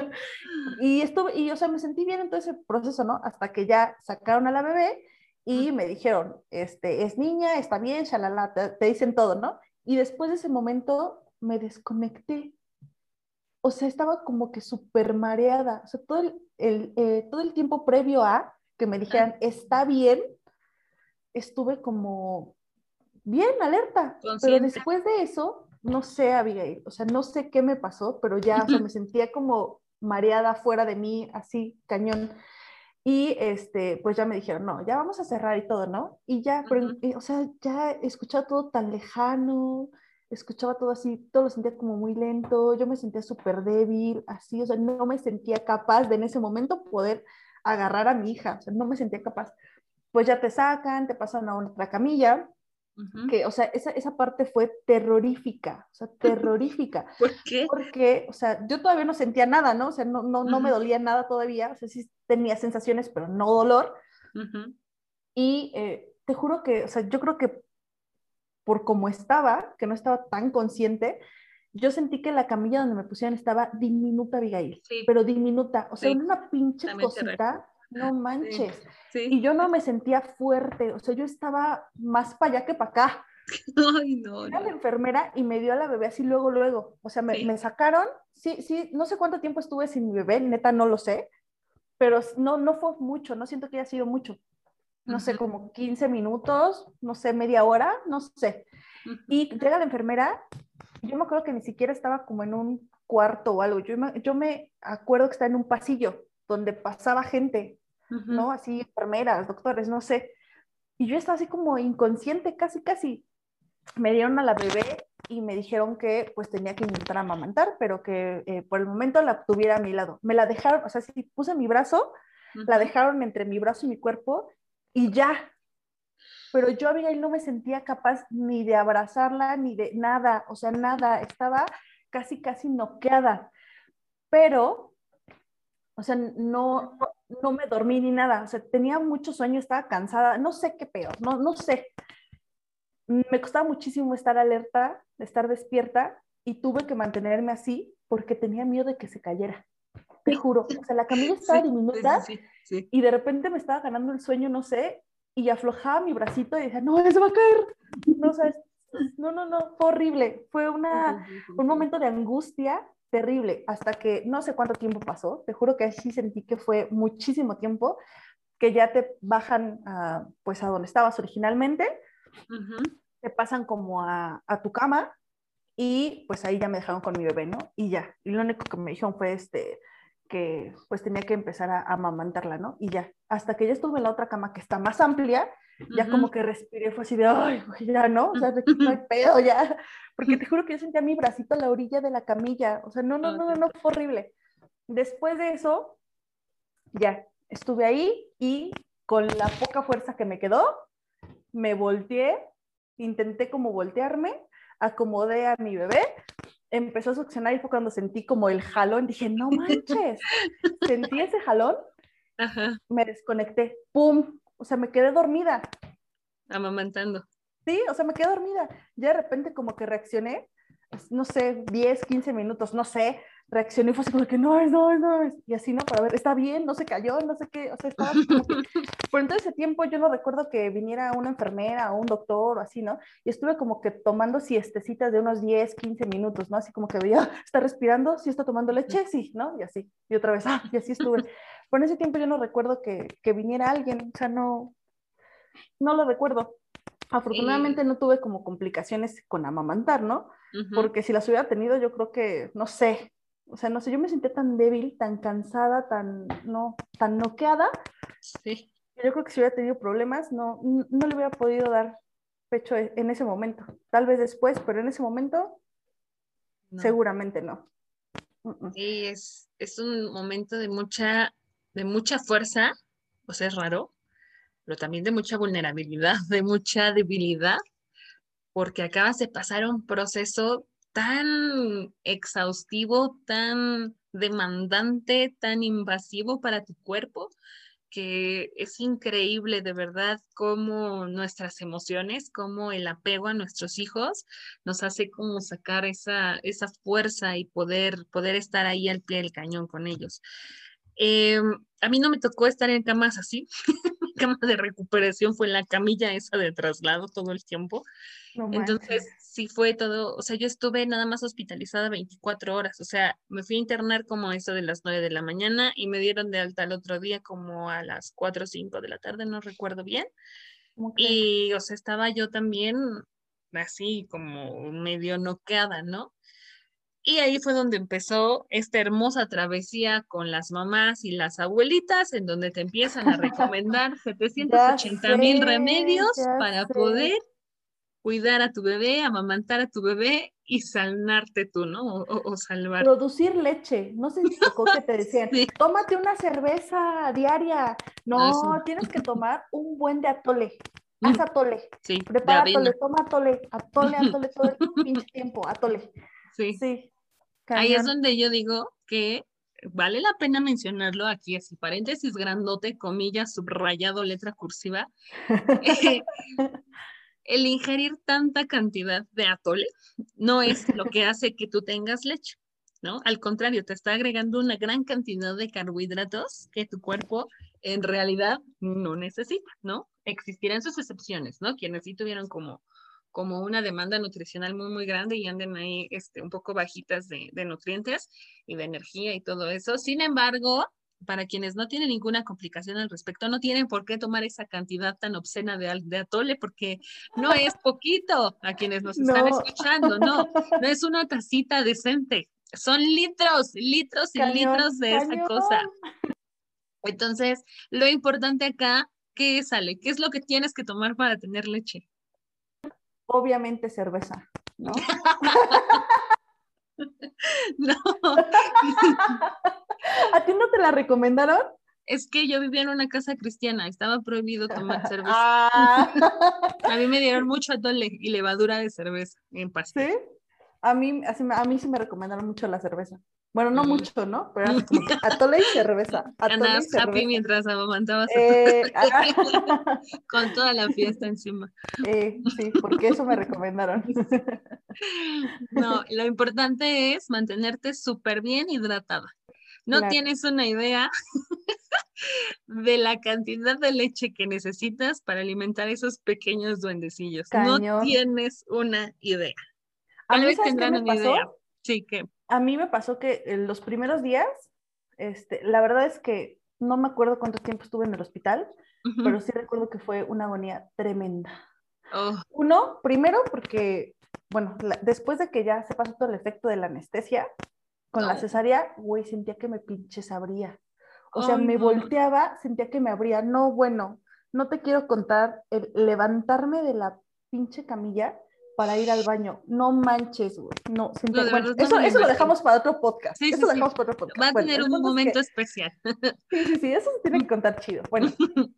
Y, o sea, me sentí bien en todo ese proceso, ¿no? Hasta que ya sacaron a la bebé y me dijeron, es niña, está bien, shalala, te dicen todo, ¿no? Y después de ese momento me desconecté. O sea, estaba como que súper mareada. O sea, todo el tiempo previo a que me dijeran, está bien, estuve como bien alerta. Pero Consciente. después de eso, no sé, Abigail, o sea, no sé qué me pasó, pero ya, o sea, me sentía como mareada fuera de mí, así, cañón. Y pues ya me dijeron, no, ya vamos a cerrar y todo, ¿no? Y ya, pero, o sea, ya escuchaba todo tan lejano, escuchaba todo así, todo lo sentía como muy lento, yo me sentía súper débil, así, o sea, no me sentía capaz de en ese momento poder agarrar a mi hija, o sea, no me sentía capaz. Pues ya te sacan, te pasan a otra camilla, que, o sea, esa parte fue terrorífica, o sea, terrorífica, ¿Por qué? porque, o sea, yo todavía no sentía nada, ¿no? O sea, no me Ujú, dolía nada todavía, o sea, sí tenía sensaciones, pero no dolor. ujú. Y te juro que, o sea, yo creo que por cómo estaba, que no estaba tan consciente, yo sentí que la camilla donde me pusieron estaba diminuta, Abigail, Sí, pero diminuta, o sea, sí, una pinche también te recuerdo. cosita, no Sí, manches. sí. Y yo no me sentía fuerte, o sea, yo estaba más para allá que para acá. Ay, no, Llega no, la no. enfermera y me dio a la bebé así luego, luego. O sea, Sí. me sacaron, sí, sí, no sé cuánto tiempo estuve sin mi bebé, neta no lo sé, pero no fue mucho, no siento que haya sido mucho. No sé, Ujú, como 15 minutos, no sé, media hora, no sé. ujú, Y llega la enfermera, yo me acuerdo que ni siquiera estaba como en un cuarto o algo, yo me acuerdo que estaba en un pasillo donde pasaba gente, ujú. ¿no? Así, enfermeras, doctores, no sé. Y yo estaba así como inconsciente, casi, casi. Me dieron a la bebé y me dijeron que pues tenía que intentar amamantar, pero que por el momento la tuviera a mi lado. Me la dejaron, o sea, si puse mi brazo, la Ujú. dejaron entre mi brazo y mi cuerpo y ya, pero yo, Abigail, no me sentía capaz ni de abrazarla, ni de nada, o sea, nada, estaba casi, casi noqueada, pero, o sea, no, no me dormí ni nada, o sea, tenía mucho sueño, estaba cansada, no sé qué peor, no sé. Me costaba muchísimo estar alerta, estar despierta y tuve que mantenerme así porque tenía miedo de que se cayera, te juro. O sea, la camilla estaba Sí, sí, sí, diminuta sí, sí. y de repente me estaba ganando el sueño, no sé, y aflojaba mi bracito y decía, no, se va a caer. No, o sea, no, fue horrible. Fue Sí, sí, sí, un sí. momento de angustia terrible, hasta que no sé cuánto tiempo pasó, te juro que así sentí que fue muchísimo tiempo, que ya te bajan pues a donde estabas originalmente, Ujú. te pasan como a tu cama y pues ahí ya me dejaron con mi bebé, ¿no? Y ya, y lo único que me dijeron fue que pues tenía que empezar a amamantarla, ¿no? Y ya, hasta que ya estuve en la otra cama que está más amplia, ya Ujú. como que respiré, fue así de, ay, ya no, o sea, de aquí no hay pedo ya, porque te juro que yo sentía mi bracito a la orilla de la camilla, o sea, Oh, Dios. no, fue horrible. Después de eso, ya, estuve ahí y con la poca fuerza que me quedó, me volteé, intenté como voltearme, acomodé a mi bebé, empezó a succionar y fue cuando sentí como el jalón, dije, no manches, sentí ese jalón, Ajá, me desconecté, ¡pum! O sea, me quedé dormida, amamantando. sí, o sea, me quedé dormida. Ya de repente como que reaccioné, no sé, 10 15 minutos, no sé, reaccioné y fue así como que no, y así, ¿no? Para ver, está bien, no se cayó, no sé qué, o sea, estaba así como que, por entonces ese tiempo yo no recuerdo que viniera una enfermera o un doctor o así, ¿no? Y estuve como que tomando siestecitas de unos 10 15 minutos, ¿no? Así como que veía, ¿está respirando? ¿Sí está tomando leche? Sí, ¿no? Y así, y otra vez, y así estuve. Por ese tiempo yo no recuerdo que viniera alguien, o sea, no lo recuerdo. Y, Afortunadamente no tuve como complicaciones con amamantar, ¿no? ujú, Porque si las hubiera tenido, yo creo que, no sé, o sea, no sé, yo me sentía tan débil, tan cansada, tan noqueada, sí, que yo creo que si hubiera tenido problemas, no le hubiera podido dar pecho en ese momento. Tal vez después, pero en ese momento, no. seguramente no. Mm, mm. Sí, es un momento de mucha fuerza, o sea, es raro, pero también de mucha vulnerabilidad, de mucha debilidad, porque acabas de pasar un proceso tan exhaustivo, tan demandante, tan invasivo para tu cuerpo, que es increíble de verdad cómo nuestras emociones, cómo el apego a nuestros hijos nos hace como sacar esa fuerza y poder estar ahí al pie del cañón con ellos. Eh, a mí no me tocó estar en camas así. Mi cama de recuperación fue en la camilla esa de traslado todo el tiempo. No manches. Entonces, sí fue todo, o sea, yo estuve nada más hospitalizada 24 horas, o sea, me fui a internar como a eso de las 9 de la mañana y me dieron de alta el otro día como a las 4 o 5 de la tarde, no recuerdo bien. ¿Cómo crees? Y, o sea, estaba yo también así como medio noqueada, ¿no? Y ahí fue donde empezó esta hermosa travesía con las mamás y las abuelitas, en donde te empiezan a recomendar setecientos Ya ochenta mil sé, remedios ya para sé. poder cuidar a tu bebé, amamantar a tu bebé y sanarte tú, ¿no? O salvarte. Producir leche. No sé si te tocó que te decían, Sí, tómate una cerveza diaria. no, eso, No, tienes que tomar un buen de atole. Haz atole. sí, de Prepara atole, avena. toma atole todo el pinche tiempo, atole. Sí, Sí, ahí es cañón. donde yo digo que vale la pena mencionarlo aquí, así paréntesis grandote, comillas, subrayado, letra cursiva. El ingerir tanta cantidad de atole no es lo que hace que tú tengas leche, ¿no? Al contrario, te está agregando una gran cantidad de carbohidratos que tu cuerpo en realidad no necesita, ¿no? Existirán sus excepciones, ¿no? Quienes sí tuvieron como una demanda nutricional muy, muy grande y anden ahí un poco bajitas de nutrientes y de energía y todo eso. Sin embargo, para quienes no tienen ninguna complicación al respecto, no tienen por qué tomar esa cantidad tan obscena de atole, porque no es poquito a quienes nos están No, escuchando, no, no es una tacita decente, son litros, litros y cañón, litros de esa cañón. cosa. Entonces, lo importante acá, ¿qué sale? ¿Qué es lo que tienes que tomar para tener leche? Obviamente cerveza, ¿no? No, ¿A ti no te la recomendaron? es que yo vivía en una casa cristiana, estaba prohibido tomar cerveza. Ah, A mí me dieron mucho atole y levadura de cerveza en ¿sí? pastel. A mí sí me recomendaron mucho la cerveza. Bueno, no mucho, ¿no? Pero era así como que atole y cerveza, atole y Andabas happy cerveza. mientras amamantabas a tu Ah, con toda la fiesta encima. sí, porque eso me recomendaron. No, lo importante es mantenerte súper bien hidratada. No Claro, tienes una idea de la cantidad de leche que necesitas para alimentar esos pequeños duendecillos. No cañón. tienes una idea. A Tal mí, vez ¿sabes qué tendrán me una idea. pasó? Sí, que. A mí me pasó que en los primeros días, la verdad es que no me acuerdo cuánto tiempo estuve en el hospital, Ujú. pero sí recuerdo que fue una agonía tremenda. Oh, Uno, primero porque, bueno, después de que ya se pasó todo el efecto de la anestesia, con la no. cesárea, güey, sentía que me pinches abría. O sea, Ay, me no. volteaba, sentía que me abría. No, bueno, no te quiero contar el levantarme de la pinche camilla para ir al baño. No manches, güey. No, No, sentía... de Bueno, verdad no me lo eso lo imagino. dejamos para otro podcast. Sí, sí, Eso lo sí. dejamos para otro Va podcast. a Bueno, tener el un punto es momento que, especial. sí, eso se tiene que contar chido. Bueno,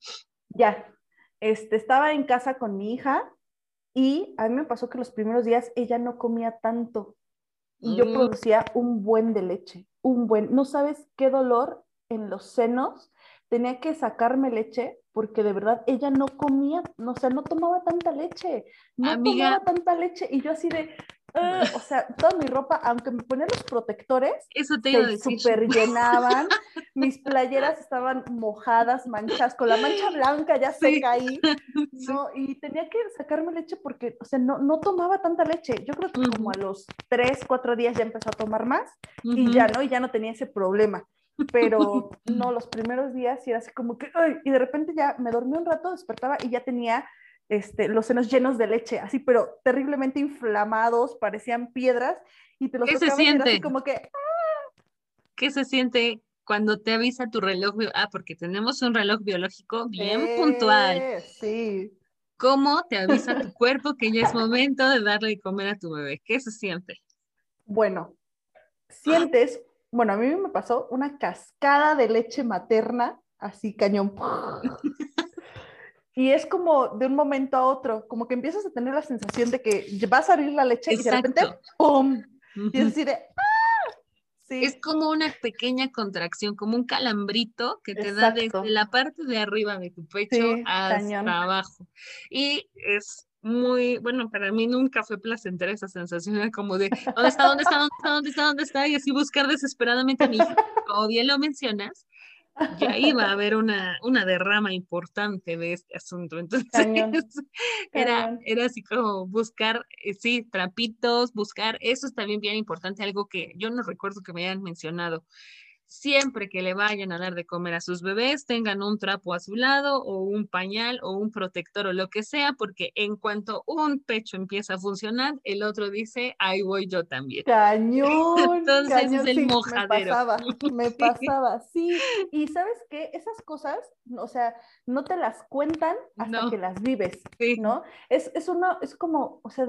ya, estaba en casa con mi hija y a mí me pasó que los primeros días ella no comía tanto y yo Mm, producía un buen de leche, un buen, no sabes qué dolor en los senos, tenía que sacarme leche porque de verdad ella no comía, no, o sea, no tomaba tanta leche, no amiga, tomaba tanta leche y yo así de, o sea, toda mi ropa, aunque me ponía los protectores, eso te iba a se decir. super llenaban, mis playeras estaban mojadas, manchas, con la mancha blanca ya Sí, seca ahí, sí. no, y tenía que sacarme leche porque, o sea, no tomaba tanta leche. Yo creo que como Ujú, a los 3, 4 días ya empezó a tomar más ujú. y ya no tenía ese problema. Pero no, los primeros días sí era así como que, ¡ay! Y de repente ya me dormí un rato, despertaba y ya tenía los senos llenos de leche, así, pero terriblemente inflamados, parecían piedras, y te los ¿Qué se tocabas y era así siente? como que, ¿Qué se siente cuando te avisa tu reloj? Porque tenemos un reloj biológico bien puntual. sí. ¿Cómo te avisa tu cuerpo que ya es momento de darle de comer a tu bebé? ¿Qué se siente? Bueno, sientes, bueno, a mí me pasó una cascada de leche materna, así cañón. Y es como de un momento a otro, como que empiezas a tener la sensación de que va a salir la leche y de repente, Exacto. ¡pum! Y es Ujú. así de, Es sí, como una pequeña contracción, como un calambrito que te da desde exacto, la parte de arriba de tu pecho sí, hasta cañón. abajo. Y es muy, bueno, para mí nunca fue placentera esa sensación, era como de, ¿dónde está? ¿Dónde está? ¿Dónde está? ¿Dónde está? ¿Dónde está? Y así buscar desesperadamente a mi hija. Como bien lo mencionas, ya iba a haber una derrama importante de este asunto. Entonces, Cañón, era, cañón. era así como buscar, sí, trapitos, buscar, eso es también bien importante, algo que yo no recuerdo que me hayan mencionado. Siempre que le vayan a dar de comer a sus bebés, tengan un trapo a su lado o un pañal o un protector o lo que sea, porque en cuanto un pecho empieza a funcionar, el otro dice, ahí voy yo también. Cañón, Entonces es cañón, el sí, mojadero. me pasaba, sí. Y sabes qué, esas cosas, o sea, no te las cuentan hasta que No, las vives, sí. ¿no? Es como, o sea,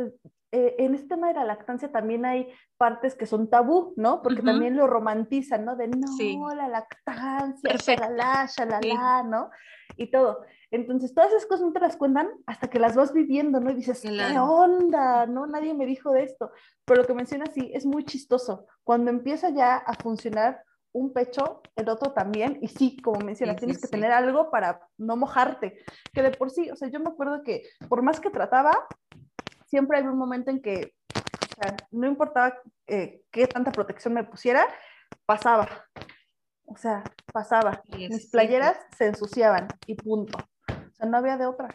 en este tema de la lactancia también hay partes que son tabú, ¿no? Porque Ujú, también lo romantizan, ¿no? De no, sí, la lactancia, perfecto. Sí, shalala, ¿no? Y todo. Entonces, todas esas cosas no te las cuentan hasta que las vas viviendo, ¿no? Y dices, ¿qué claro. onda? ¿No? Nadie me dijo de esto. Pero lo que menciona sí es muy chistoso. Cuando empieza ya a funcionar un pecho, el otro también, y sí, como Sí, mencionas, sí, tienes que sí. tener algo para no mojarte, que de por sí, o sea, yo me acuerdo que por más que trataba, siempre había un momento en que, o sea, no importaba qué tanta protección me pusiera, pasaba, o sea, pasaba. Mis Sí, sí. playeras se ensuciaban y punto. O sea, no había de otra.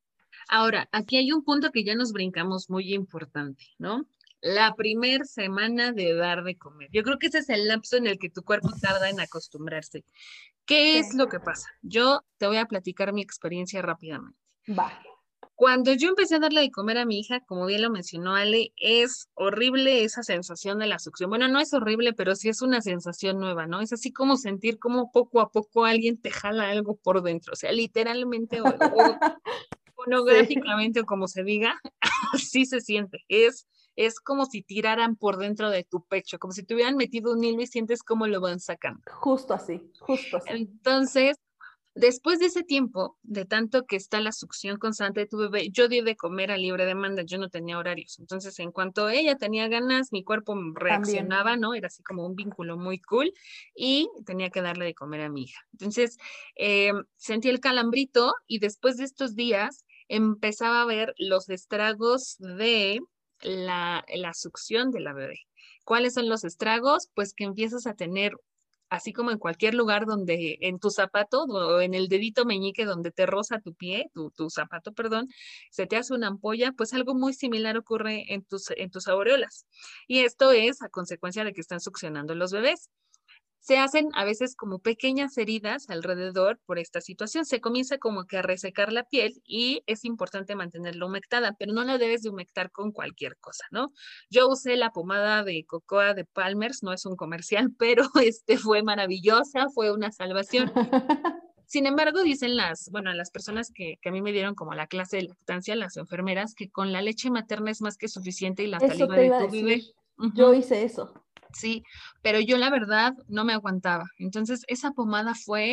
Ahora, aquí hay un punto que ya nos brincamos muy importante, ¿no? La primer semana de dar de comer. Yo creo que ese es el lapso en el que tu cuerpo tarda en acostumbrarse. ¿Qué Sí, es lo que pasa? Yo te voy a platicar mi experiencia rápidamente. va. Cuando yo empecé a darle de comer a mi hija, como bien lo mencionó Ale, es horrible esa sensación de la succión. Bueno, no es horrible, pero sí es una sensación nueva, ¿no? Es así como sentir como poco a poco alguien te jala algo por dentro, o sea, literalmente o Sí, pornográficamente o como se diga, así se siente. Es como si tiraran por dentro de tu pecho, como si te hubieran metido un hilo y sientes cómo lo van sacando. justo así, justo así. Entonces, Después de ese tiempo, de tanto que está la succión constante de tu bebé, yo di de comer a libre demanda, yo no tenía horarios. Entonces, en cuanto ella tenía ganas, mi cuerpo También. reaccionaba, ¿no? Era así como un vínculo muy cool y tenía que darle de comer a mi hija. Entonces, sentí el calambrito y después de estos días empezaba a ver los estragos de la succión de la bebé. ¿Cuáles son los estragos? Pues que empiezas a tener así como en cualquier lugar donde en tu zapato o en el dedito meñique donde te roza tu pie, tu zapato, perdón, se te hace una ampolla, pues algo muy similar ocurre en tus aureolas. Y esto es a consecuencia de que están succionando los bebés. Se hacen a veces como pequeñas heridas alrededor por esta situación. Se comienza como que a resecar la piel y es importante mantenerla humectada, pero no la debes de humectar con cualquier cosa, ¿no? Yo usé la pomada de cocoa de Palmer's, no es un comercial, pero fue maravillosa, fue una salvación. Sin embargo, dicen bueno, las personas que a mí me dieron como la clase de lactancia, las enfermeras, que con la leche materna es más que suficiente y la Eso saliva te de iba a tu decir. bebé. Yo Ujú. hice eso. Sí, pero yo la verdad no me aguantaba. Entonces esa pomada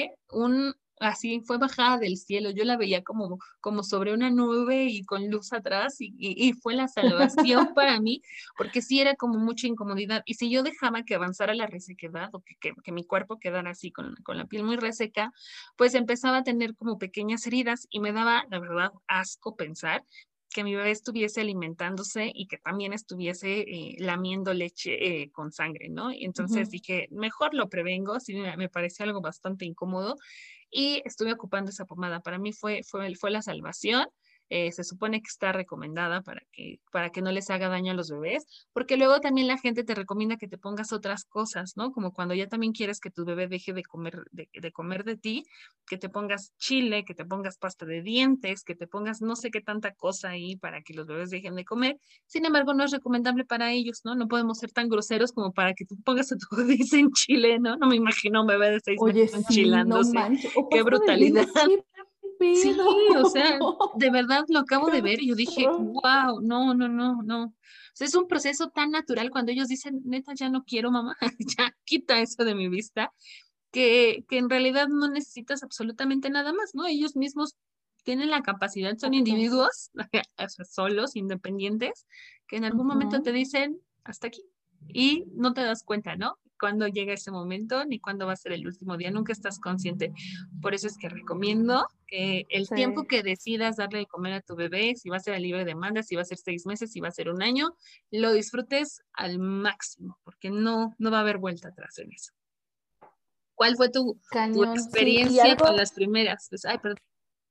así fue bajada del cielo. Yo la veía como sobre una nube y con luz atrás y fue la salvación para mí, porque sí era como mucha incomodidad. Y si yo dejaba que avanzara la resequedad o que mi cuerpo quedara así con la piel muy reseca, pues empezaba a tener como pequeñas heridas y me daba, la verdad, asco pensar que mi bebé estuviese alimentándose y que también estuviese lamiendo leche con sangre, ¿no? Y entonces Ujú. dije, mejor lo prevengo, sí, me pareció algo bastante incómodo y estuve ocupando esa pomada. Para mí fue la salvación. Se supone que está recomendada para que no les haga daño a los bebés, porque luego también la gente te recomienda que te pongas otras cosas, ¿no? Como cuando ya también quieres que tu bebé deje de comer de ti, que te pongas chile, que te pongas pasta de dientes, que te pongas no sé qué tanta cosa ahí para que los bebés dejen de comer. Sin embargo, no es recomendable para ellos, ¿no? No podemos ser tan groseros como para que tú pongas a tu bebé en chile, ¿no? No me imagino un bebé de 6 meses Oye, sí, no enchilándose. manches. O ¡Qué pasta de brutalidad! dientes, ¿qué Sí, pedo? o sea, de verdad lo acabo Qué de ver y yo dije, horror. wow, no, no, no, no. O sea, es un proceso tan natural cuando ellos dicen, neta, ya no quiero, mamá, ya quita eso de mi vista que en realidad no necesitas absolutamente nada más, ¿no? Ellos mismos tienen la capacidad, son Exacto. individuos, o sea, solos, independientes, que en algún momento te Ujú. dicen hasta aquí y no te das cuenta, ¿no? Cuándo llega ese momento ni cuándo va a ser el último día, nunca estás consciente. Por eso es que recomiendo que el Sí. tiempo que decidas darle de comer a tu bebé, si va a ser a libre demanda, si va a ser 6 meses, si va a ser un año, lo disfrutes al máximo, porque no va a haber vuelta atrás en eso. ¿Cuál fue tu Cañón, sí. Y experiencia con algo, las primeras? Pues, ay, perdón.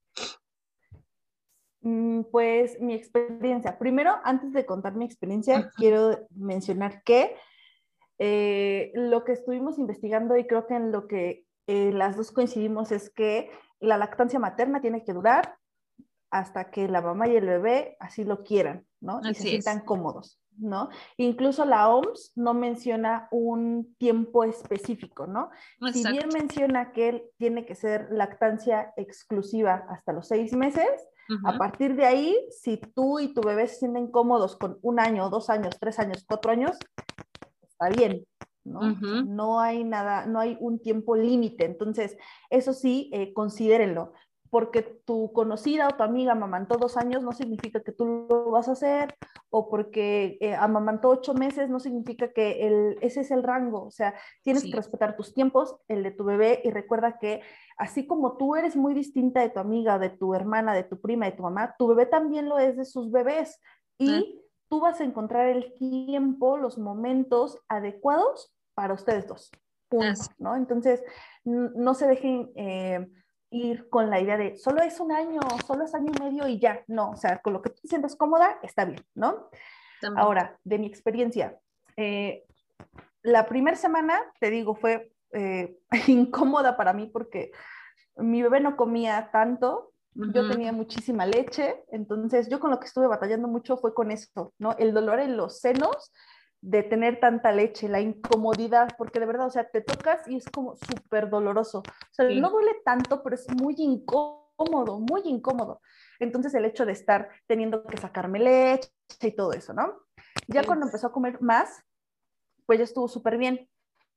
pues mi experiencia. Primero, antes de contar mi experiencia, Ujú. quiero mencionar que lo que estuvimos investigando y creo que en lo que las dos coincidimos es que la lactancia materna tiene que durar hasta que la mamá y el bebé así lo quieran, ¿no? Y se Así es. sientan cómodos, ¿no? Incluso la OMS no menciona un tiempo específico, ¿no? Si bien Exacto. menciona que él tiene que ser lactancia exclusiva hasta los 6 meses, a Ujú, partir de ahí, si tú y tu bebé se sienten cómodos con 1 año, 2 años, 3 años, 4 años, está bien, ¿no? O sea, ujú. no hay nada, no hay un tiempo límite. Entonces, eso sí, considérenlo, porque tu conocida o tu amiga amamantó 2 años no significa que tú lo vas a hacer, o porque amamantó 8 meses no significa que ese es el rango. O sea, tienes que Sí, respetar tus tiempos, el de tu bebé, y recuerda que así como tú eres muy distinta de tu amiga, de tu hermana, de tu prima, de tu mamá, tu bebé también lo es de sus bebés. ah, Y tú vas a encontrar el tiempo, los momentos adecuados para ustedes dos. así. Punto, ¿no? Entonces, no se dejen ir con la idea de solo es 1 año, solo es año y medio y ya. No, o sea, con lo que tú te sientas cómoda, está bien, ¿no? También. Ahora, de mi experiencia, la primera semana, te digo, fue incómoda para mí porque mi bebé no comía tanto, yo Ujú. tenía muchísima leche, entonces yo con lo que estuve batallando mucho fue con esto, ¿no? El dolor en los senos de tener tanta leche, la incomodidad, porque de verdad, o sea, te tocas y es como súper doloroso. O sea, no Sí, duele tanto, pero es muy incómodo, muy incómodo. Entonces el hecho de estar teniendo que sacarme leche y todo eso, ¿no? Ya sí. cuando empezó a comer más, pues ya estuvo súper bien.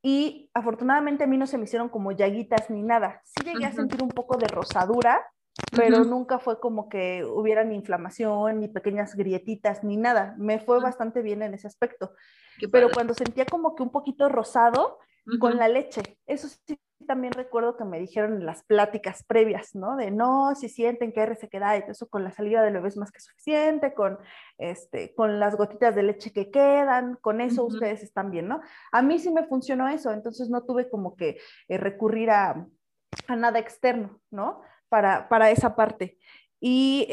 y afortunadamente a mí no se me hicieron como llaguitas ni nada. Sí llegué a Ujú, sentir un poco de rosadura, pero ujú, nunca fue como que hubiera ni inflamación, ni pequeñas grietitas, ni nada. Me fue ujú. bastante bien en ese aspecto. Qué Pero padre. cuando sentía como que un poquito rosado, con Ujú, la leche, eso sí también recuerdo que me dijeron en las pláticas previas, ¿no? De no, si sienten que hay resequedad y todo eso con la salida del bebé es más que suficiente, con las gotitas de leche que quedan, con eso ujú. ustedes están bien, ¿no? A mí sí me funcionó eso, entonces no tuve como que recurrir a nada externo, ¿no? Para esa parte. Y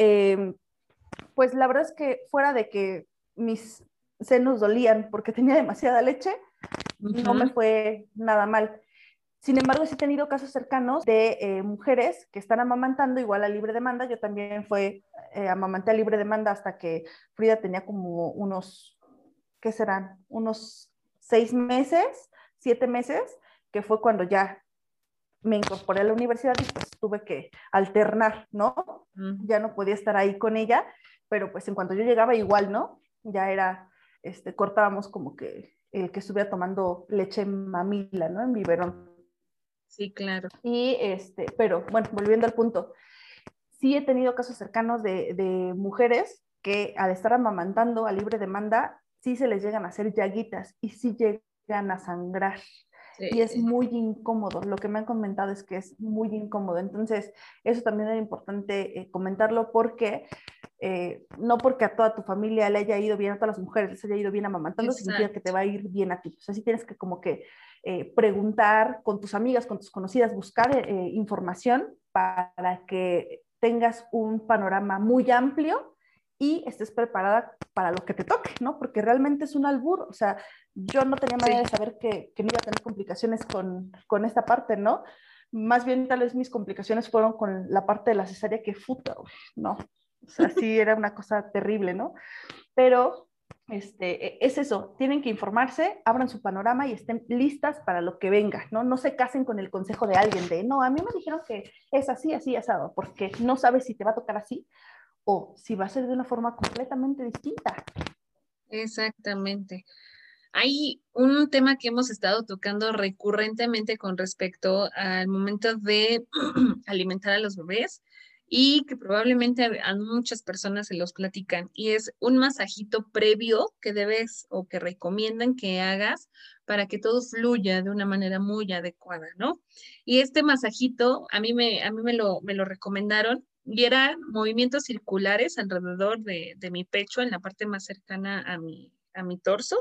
pues la verdad es que fuera de que mis senos dolían porque tenía demasiada leche, no me Ujú. fue nada mal. Sin embargo, sí he tenido casos cercanos de mujeres que están amamantando igual a libre demanda. Yo también amamanté a libre demanda hasta que Frida tenía como unos, ¿qué serán? Unos 6 meses, 7 meses, que fue cuando ya me incorporé a la universidad y pues tuve que alternar, ¿no? Mm. Ya no podía estar ahí con ella, pero pues en cuanto yo llegaba igual, ¿no? Ya era, cortábamos como que el que estuviera tomando leche mamila, ¿no? En biberón. Sí, claro. Y pero bueno, volviendo al punto, sí he tenido casos cercanos de mujeres que al estar amamantando a libre demanda, sí se les llegan a hacer llaguitas y sí llegan a sangrar. Y es Sí. muy incómodo. Lo que me han comentado es que es muy incómodo. Entonces, eso también era importante comentarlo porque no porque a toda tu familia le haya ido bien, a todas las mujeres les haya ido bien amamantando, significa que te Exacto. va a ir bien a ti. O sea, sí tienes que como que preguntar con tus amigas, con tus conocidas, buscar información para que tengas un panorama muy amplio y estés preparada para lo que te toque, ¿no? Porque realmente es un albur, o sea, yo no tenía manera Sí. de saber que no iba a tener complicaciones con esta parte, ¿no? Más bien tal vez mis complicaciones fueron con la parte de la cesárea que puta, no, o sea, sí era una cosa terrible, ¿no? Pero es eso, tienen que informarse, abran su panorama y estén listas para lo que venga, ¿no? No se casen con el consejo de alguien de, no, a mí me dijeron que es así, así, asado, porque no sabes si te va a tocar así o si va a ser de una forma completamente distinta. Exactamente. Hay un tema que hemos estado tocando recurrentemente con respecto al momento de alimentar a los bebés y que probablemente a muchas personas se los platican y es un masajito previo que debes o que recomiendan que hagas para que todo fluya de una manera muy adecuada, ¿no? Y este masajito a mí me lo recomendaron y eran movimientos circulares alrededor de mi pecho en la parte más cercana a mi torso.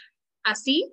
Así,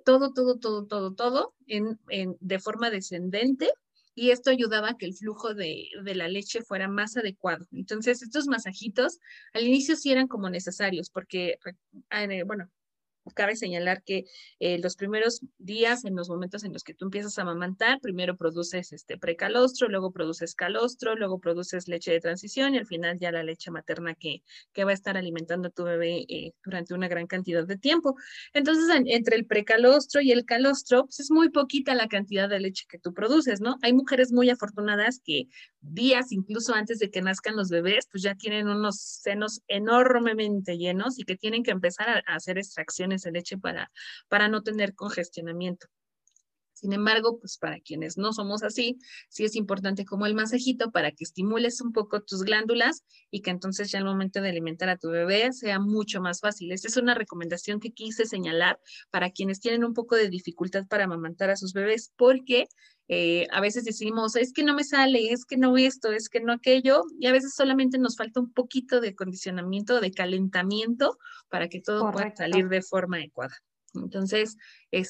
todo, de forma descendente, y esto ayudaba a que el flujo de la leche fuera más adecuado. Entonces, estos masajitos al inicio sí eran como necesarios, porque, bueno, cabe señalar que los primeros días, en los momentos en los que tú empiezas a amamantar, primero produces precalostro, luego produces calostro, luego produces leche de transición y al final ya la leche materna que va a estar alimentando a tu bebé durante una gran cantidad de tiempo. Entonces, entre el precalostro y el calostro, pues es muy poquita la cantidad de leche que tú produces, ¿no? Hay mujeres muy afortunadas que días incluso antes de que nazcan los bebés, pues ya tienen unos senos enormemente llenos y que tienen que empezar a hacer extracciones de leche para no tener congestionamiento. Sin embargo, pues para quienes no somos así, sí es importante como el masajito para que estimules un poco tus glándulas y que entonces ya al momento de alimentar a tu bebé sea mucho más fácil. Esta es una recomendación que quise señalar para quienes tienen un poco de dificultad para amamantar a sus bebés, porque a veces decimos, es que no me sale, es que no esto, es que no aquello, y a veces solamente nos falta un poquito de condicionamiento, de calentamiento para que todo pueda salir Correcto. de forma adecuada. Entonces,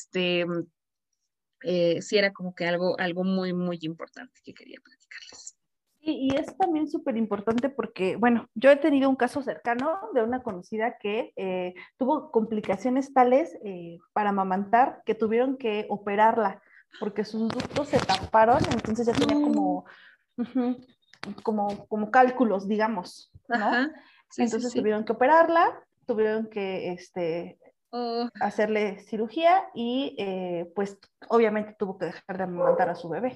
sí era como que algo muy, muy importante que quería platicarles. Y es también súper importante porque, bueno, yo he tenido un caso cercano de una conocida que tuvo complicaciones tales para amamantar que tuvieron que operarla porque sus ductos se taparon, entonces ya tenía No, ujú, como cálculos, digamos, ¿no? ajá, sí, sí, Entonces sí. tuvieron que operarla, tuvieron que Oh, hacerle cirugía y pues obviamente tuvo que dejar de amamantar a su bebé.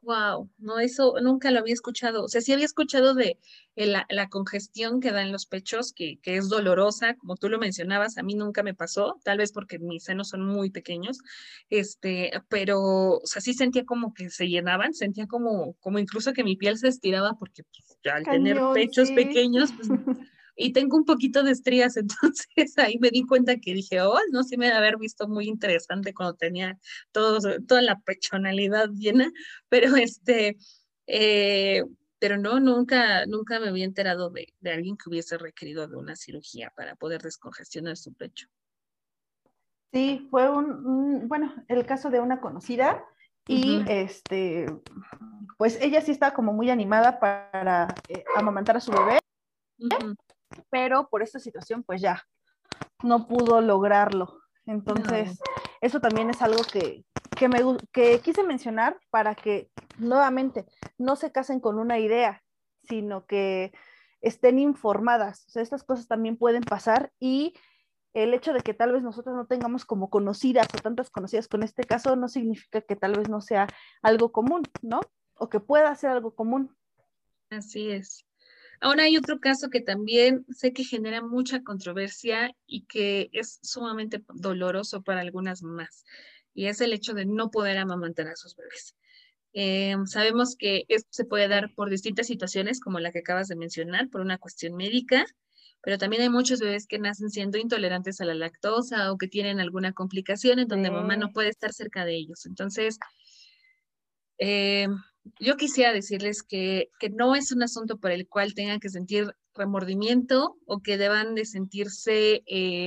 Wow, no, eso nunca lo había escuchado. O sea, sí había escuchado de la congestión que da en los pechos, que es dolorosa, como tú lo mencionabas, a mí nunca me pasó, tal vez porque mis senos son muy pequeños, pero, o sea, sí sentía como que se llenaban, sentía como incluso que mi piel se estiraba, porque pues, ya al tener Cañón, pechos sí. pequeños, pues, y tengo un poquito de estrías, entonces ahí me di cuenta que dije, oh, no, sí me debe haber visto muy interesante cuando tenía toda la pechonalidad llena, pero eh, pero no, nunca me había enterado de alguien que hubiese requerido de una cirugía para poder descongestionar su pecho. Sí, fue bueno, el caso de una conocida y Ujú, pues ella sí estaba como muy animada para amamantar a su bebé, ujú. pero por esta situación pues ya no pudo lograrlo. No, Entonces, eso también es algo que quise mencionar para que nuevamente no se casen con una idea, sino que estén informadas. O sea, estas cosas también pueden pasar y el hecho de que tal vez nosotros no tengamos como conocidas o tantas conocidas con este caso no significa que tal vez no sea algo común, ¿no? O que pueda ser algo común. así es. Ahora hay otro caso que también sé que genera mucha controversia y que es sumamente doloroso para algunas mamás, y es el hecho de no poder amamantar a sus bebés. Sabemos que esto se puede dar Sí, por distintas situaciones, como la que acabas de mencionar, por una cuestión médica, pero también hay muchos bebés que nacen siendo intolerantes a la lactosa o que tienen alguna complicación en donde mamá no sí. puede estar cerca de ellos. Entonces, eh, yo quisiera decirles que no es un asunto por el cual tengan que sentir remordimiento o que deban de sentirse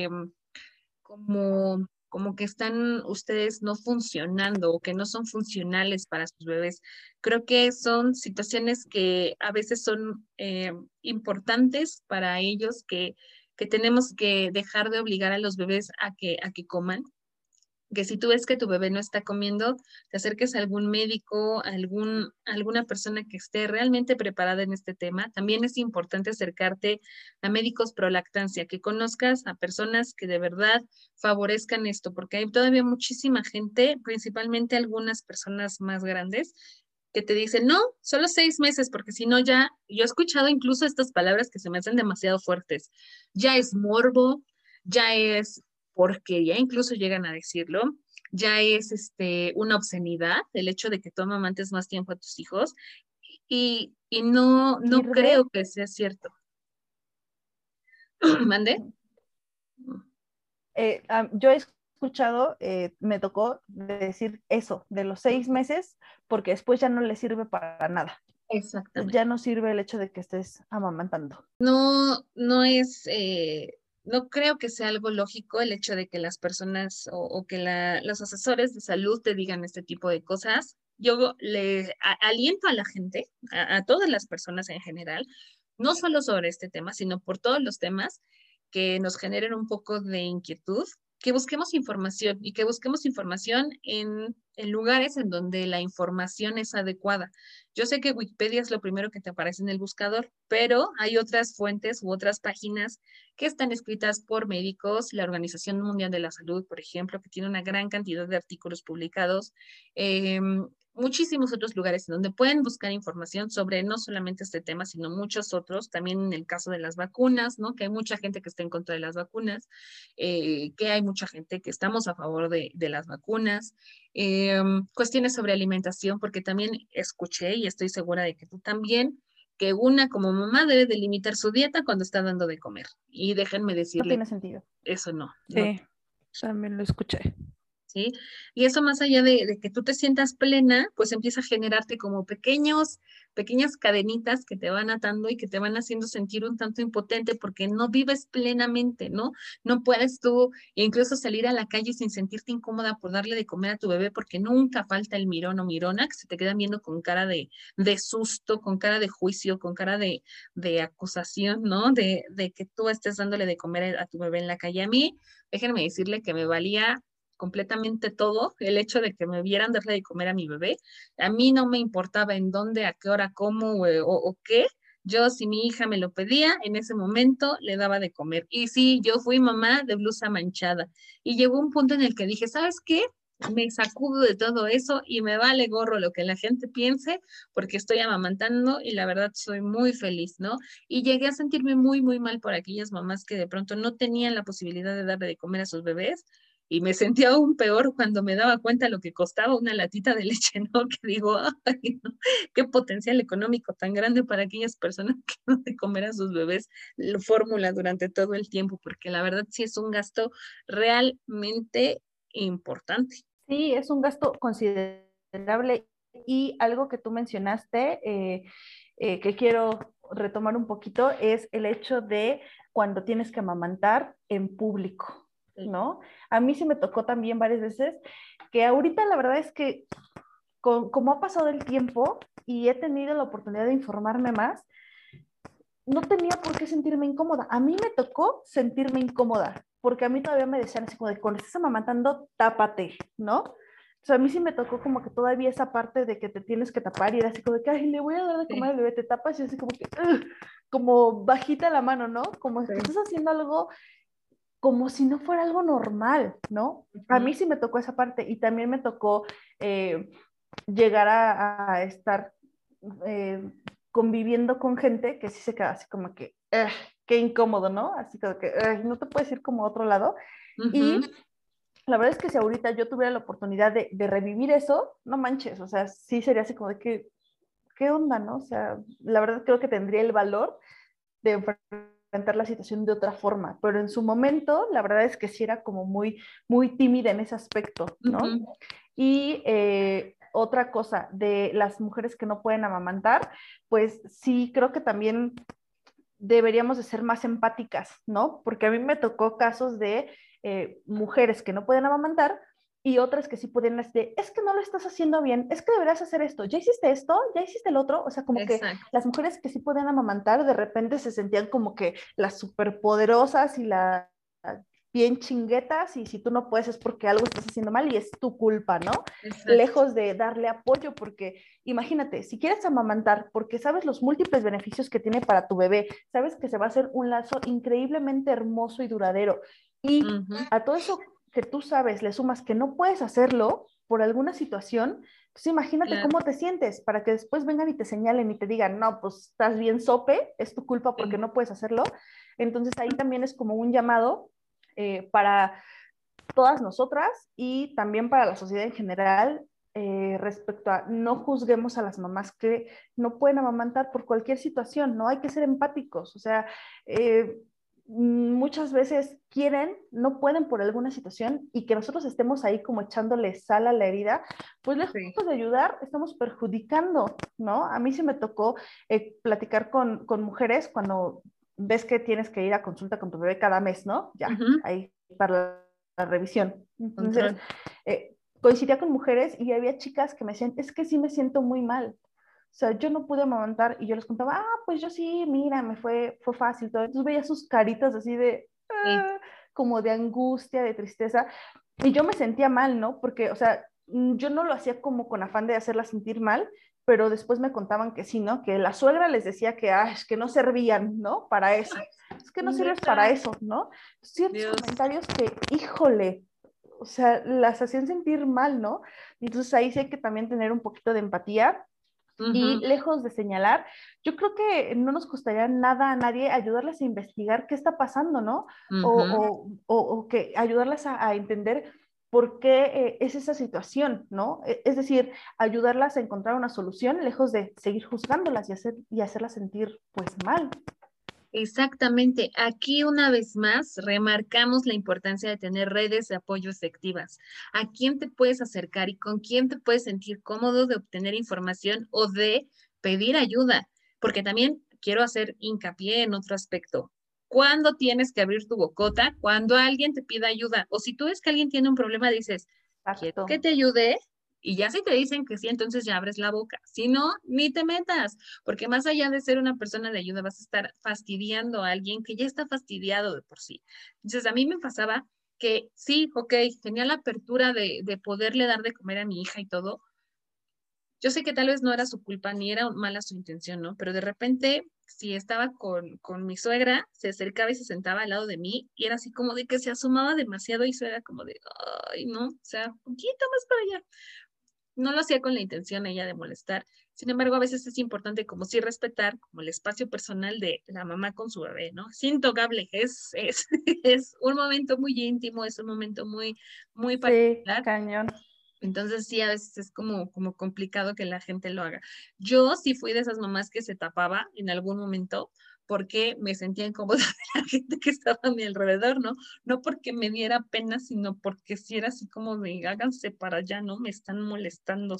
como que están ustedes no funcionando o que no son funcionales para sus bebés. Creo que son situaciones que a veces son importantes para ellos, que tenemos que dejar de obligar a los bebés a que coman, que si tú ves que tu bebé no está comiendo, te acerques a algún médico, alguna persona que esté realmente preparada en este tema. También es importante acercarte a médicos pro lactancia, que conozcas a personas que de verdad favorezcan esto, porque hay todavía muchísima gente, principalmente algunas personas más grandes, que te dicen, no, solo 6 meses, porque si no ya, yo he escuchado incluso estas palabras que se me hacen demasiado fuertes. Ya es morbo, ya es porque ya incluso llegan a decirlo, ya es una obscenidad el hecho de que tú amamantes más tiempo a tus hijos y no Sirve. creo que sea cierto. ¿Mande? Yo he escuchado, me tocó decir eso, de los 6 meses, porque después ya no le sirve para nada. Ya Exactamente. no sirve el hecho de que estés amamantando. No es, no creo que sea algo lógico el hecho de que las personas o que los asesores de salud te digan este tipo de cosas. Yo aliento a la gente, a todas las personas en general, no solo sobre este tema, sino por todos los temas que nos generen un poco de inquietud, que busquemos información y que busquemos información en lugares en donde la información es adecuada. Yo sé que Wikipedia es lo primero que te aparece en el buscador, pero hay otras fuentes u otras páginas que están escritas por médicos, la Organización Mundial de la Salud, por ejemplo, que tiene una gran cantidad de artículos publicados, eh, muchísimos otros lugares en donde pueden buscar información sobre no solamente este tema, sino muchos otros, también en el caso de las vacunas, ¿no? Que hay mucha gente que está en contra de las vacunas, que hay mucha gente que estamos a favor de las vacunas, cuestiones sobre alimentación, porque también escuché y estoy segura de que tú también, que una como mamá debe de limitar su dieta cuando está dando de comer. Y déjenme No decirle, tiene sentido. eso no. Sí, también lo escuché. ¿Sí? Y eso más allá de que tú te sientas plena, pues empieza a generarte como pequeñas cadenitas que te van atando y que te van haciendo sentir un tanto impotente porque no vives plenamente, ¿no? No puedes tú incluso salir a la calle sin sentirte incómoda por darle de comer a tu bebé porque nunca falta el mirón o mirona que se te quedan viendo con cara de susto, con cara de juicio, con cara de acusación, ¿no? De que tú estés dándole de comer a tu bebé en la calle. A mí, déjenme decirle que me valía completamente todo, el hecho de que me vieran darle de comer a mi bebé. A mí no me importaba en dónde, a qué hora, cómo o qué. Yo, si mi hija me lo pedía, en ese momento le daba de comer. Y sí, yo fui mamá de blusa manchada. Y llegó un punto en el que dije, ¿sabes qué? me sacudo de todo eso y me vale gorro lo que la gente piense porque estoy amamantando y la verdad soy muy feliz, ¿no? Y llegué a sentirme muy, muy mal por aquellas mamás que de pronto no tenían la posibilidad de darle de comer a sus bebés y me sentía aún peor cuando me daba cuenta lo que costaba una latita de leche, ¿no? Que digo, ay, no, qué potencial económico tan grande para aquellas personas que no de comer a sus bebés fórmula durante todo el tiempo, porque la verdad sí es un gasto realmente importante. Sí, es un gasto considerable y algo que tú mencionaste, que quiero retomar un poquito, es el hecho de cuando tienes que amamantar en público, Sí. ¿no? A mí se me tocó también varias veces que ahorita la verdad es que como ha pasado el tiempo y he tenido la oportunidad de informarme más, no tenía por qué sentirme incómoda. A mí me tocó sentirme incómoda, porque a mí todavía me decían así como de, cuando estés amamantando, tápate, ¿no? O sea, a mí sí me tocó como que todavía esa parte de que te tienes que tapar y era así como de que, ay, le voy a dar de comer Sí, al bebé, te tapas y así como que, como bajita la mano, ¿no? Como que sí. estás haciendo algo como si no fuera algo normal, ¿no? A Ujú. mí sí me tocó esa parte y también me tocó eh, llegar a estar eh, conviviendo con gente que sí se queda así como que, qué incómodo, ¿no? Así como que no te puedes ir como a otro lado. Y Ujú. la verdad es que si ahorita yo tuviera la oportunidad de revivir eso, no manches, o sea, sí sería así como de que, ¿qué onda, no? O sea, la verdad creo que tendría el valor de enfrentar la situación de otra forma, pero en su momento la verdad es que sí era como muy, muy tímida en ese aspecto, ¿no? Ujú. Y otra cosa, de las mujeres que no pueden amamantar, pues sí creo que también deberíamos de ser más empáticas, ¿no? Porque a mí me tocó casos de mujeres que no pueden amamantar y otras que sí pueden decir, es que no lo estás haciendo bien, es que deberías hacer esto, ya hiciste esto, ya hiciste el otro, o sea, como que Exacto. las mujeres que sí podían amamantar de repente se sentían como que las superpoderosas y las bien chinguetas y si tú no puedes es porque algo estás haciendo mal y es tu culpa, ¿no? Exacto. Lejos de darle apoyo porque imagínate, si quieres amamantar porque sabes los múltiples beneficios que tiene para tu bebé, sabes que se va a hacer un lazo increíblemente hermoso y duradero y Ujú. a todo eso que tú sabes le sumas que no puedes hacerlo por alguna situación, pues imagínate Claro. cómo te sientes para que después vengan y te señalen y te digan, no, pues estás bien sope, es tu culpa porque Sí. no puedes hacerlo. Entonces ahí también es como un llamado para todas nosotras y también para la sociedad en general respecto a no juzguemos a las mamás que no pueden amamantar por cualquier situación, ¿no? Hay que ser empáticos, o sea, muchas veces quieren, no pueden por alguna situación y que nosotros estemos ahí como echándole sal a la herida, pues lejos Sí. de ayudar, estamos perjudicando, ¿no? A mí sí me tocó platicar con mujeres cuando ves que tienes que ir a consulta con tu bebé cada mes, ¿no? Ya, Ujú. ahí para la revisión. Entonces, Control. coincidía con mujeres y había chicas que me decían, es que sí me siento muy mal. O sea, yo no pude amamantar y yo les contaba, pues yo sí, mira, fue fácil. Todo. Entonces veía sus caritas así de, Sí. como de angustia, de tristeza. Y yo me sentía mal, ¿no? Porque, o sea, yo no lo hacía como con afán de hacerla sentir mal, pero después me contaban que sí, ¿no? Que la suegra les decía que, es que no servían, ¿no? Para eso. Es que no sirves para Neta. eso, ¿no? Ciertos Dios. comentarios que, híjole, o sea, las hacían sentir mal, ¿no? Entonces ahí sí hay que también tener un poquito de empatía y Ujú. lejos de señalar, yo creo que no nos costaría nada a nadie ayudarles a investigar qué está pasando, ¿no? Ujú. O que ayudarlas a entender por qué es esa situación, ¿no? Es decir, ayudarlas a encontrar una solución lejos de seguir juzgándolas y hacerlas sentir pues mal. Exactamente. Aquí una vez más remarcamos la importancia de tener redes de apoyo efectivas. ¿A quién te puedes acercar y con quién te puedes sentir cómodo de obtener información o de pedir ayuda? Porque también quiero hacer hincapié en otro aspecto. ¿Cuándo tienes que abrir tu bocota? Cuando alguien te pida ayuda. O si tú ves que alguien tiene un problema, dices, ¿quieres que Exacto. te ayude? Y ya si te dicen que sí, entonces ya abres la boca. Si no, ni te metas, porque más allá de ser una persona de ayuda, vas a estar fastidiando a alguien que ya está fastidiado de por sí. Entonces, a mí me pasaba que sí, ok, tenía la apertura de poderle dar de comer a mi hija y todo, yo sé que tal vez no era su culpa ni era mala su intención, ¿no? Pero de repente, si estaba con mi suegra, se acercaba y se sentaba al lado de mí y era así como de que se asomaba demasiado y eso era como de, ay, no, o sea, un poquito más para allá. No lo hacía con la intención ella de molestar. Sin embargo, a veces es importante como sí respetar como el espacio personal de la mamá con su bebé, ¿no? Es intocable, es un momento muy íntimo, es un momento muy Sí, particular. cañón. Entonces sí, a veces es como complicado que la gente lo haga. Yo sí fui de esas mamás que se tapaba en algún momento porque me sentía incómoda de la gente que estaba a mi alrededor, ¿no? No porque me diera pena, sino porque si era así como de háganse para allá, ¿no? Me están molestando,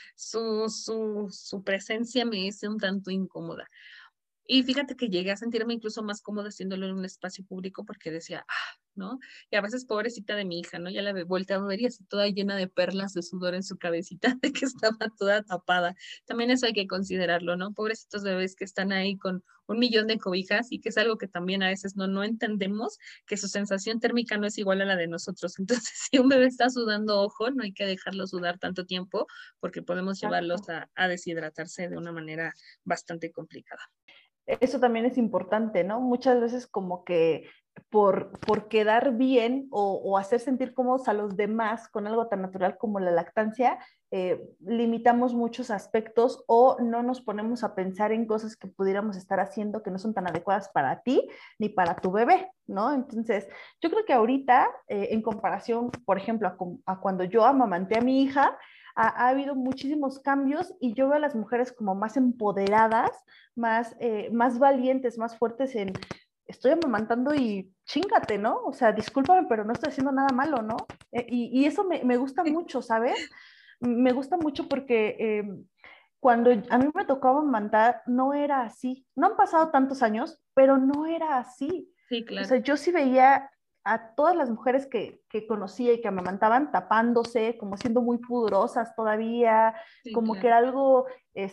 su presencia me hizo un tanto incómoda. Y fíjate que llegué a sentirme incluso más cómoda haciéndolo en un espacio público porque decía, ¿no? Y a veces pobrecita de mi hija, ¿no? Ya la volteaba a ver y así toda llena de perlas de sudor en su cabecita, de que estaba toda tapada. También eso hay que considerarlo, ¿no? Pobrecitos bebés que están ahí con 1 millón de cobijas y que es algo que también a veces no entendemos, que su sensación térmica no es igual a la de nosotros. Entonces, si un bebé está sudando, ojo, no hay que dejarlo sudar tanto tiempo porque podemos llevarlos Exacto. a deshidratarse de una manera bastante complicada. Eso también es importante, ¿no? Muchas veces como que por quedar bien o hacer sentir cómodos a los demás con algo tan natural como la lactancia, limitamos muchos aspectos o no nos ponemos a pensar en cosas que pudiéramos estar haciendo que no son tan adecuadas para ti ni para tu bebé, ¿no? Entonces, yo creo que ahorita, en comparación, por ejemplo, a cuando yo amamanté a mi hija, ha habido muchísimos cambios y yo veo a las mujeres como más empoderadas, más valientes, más fuertes en estoy amamantando y chingate, ¿no? O sea, discúlpame, pero no estoy haciendo nada malo, ¿no? Y eso me gusta mucho, ¿sabes? Me gusta mucho porque cuando a mí me tocaba amamantar, no era así. No han pasado tantos años, pero no era así. Sí, O claro. sea, yo sí veía a todas las mujeres que conocía y que amamantaban tapándose, como siendo muy pudorosas todavía, Sí, como que claro. era algo,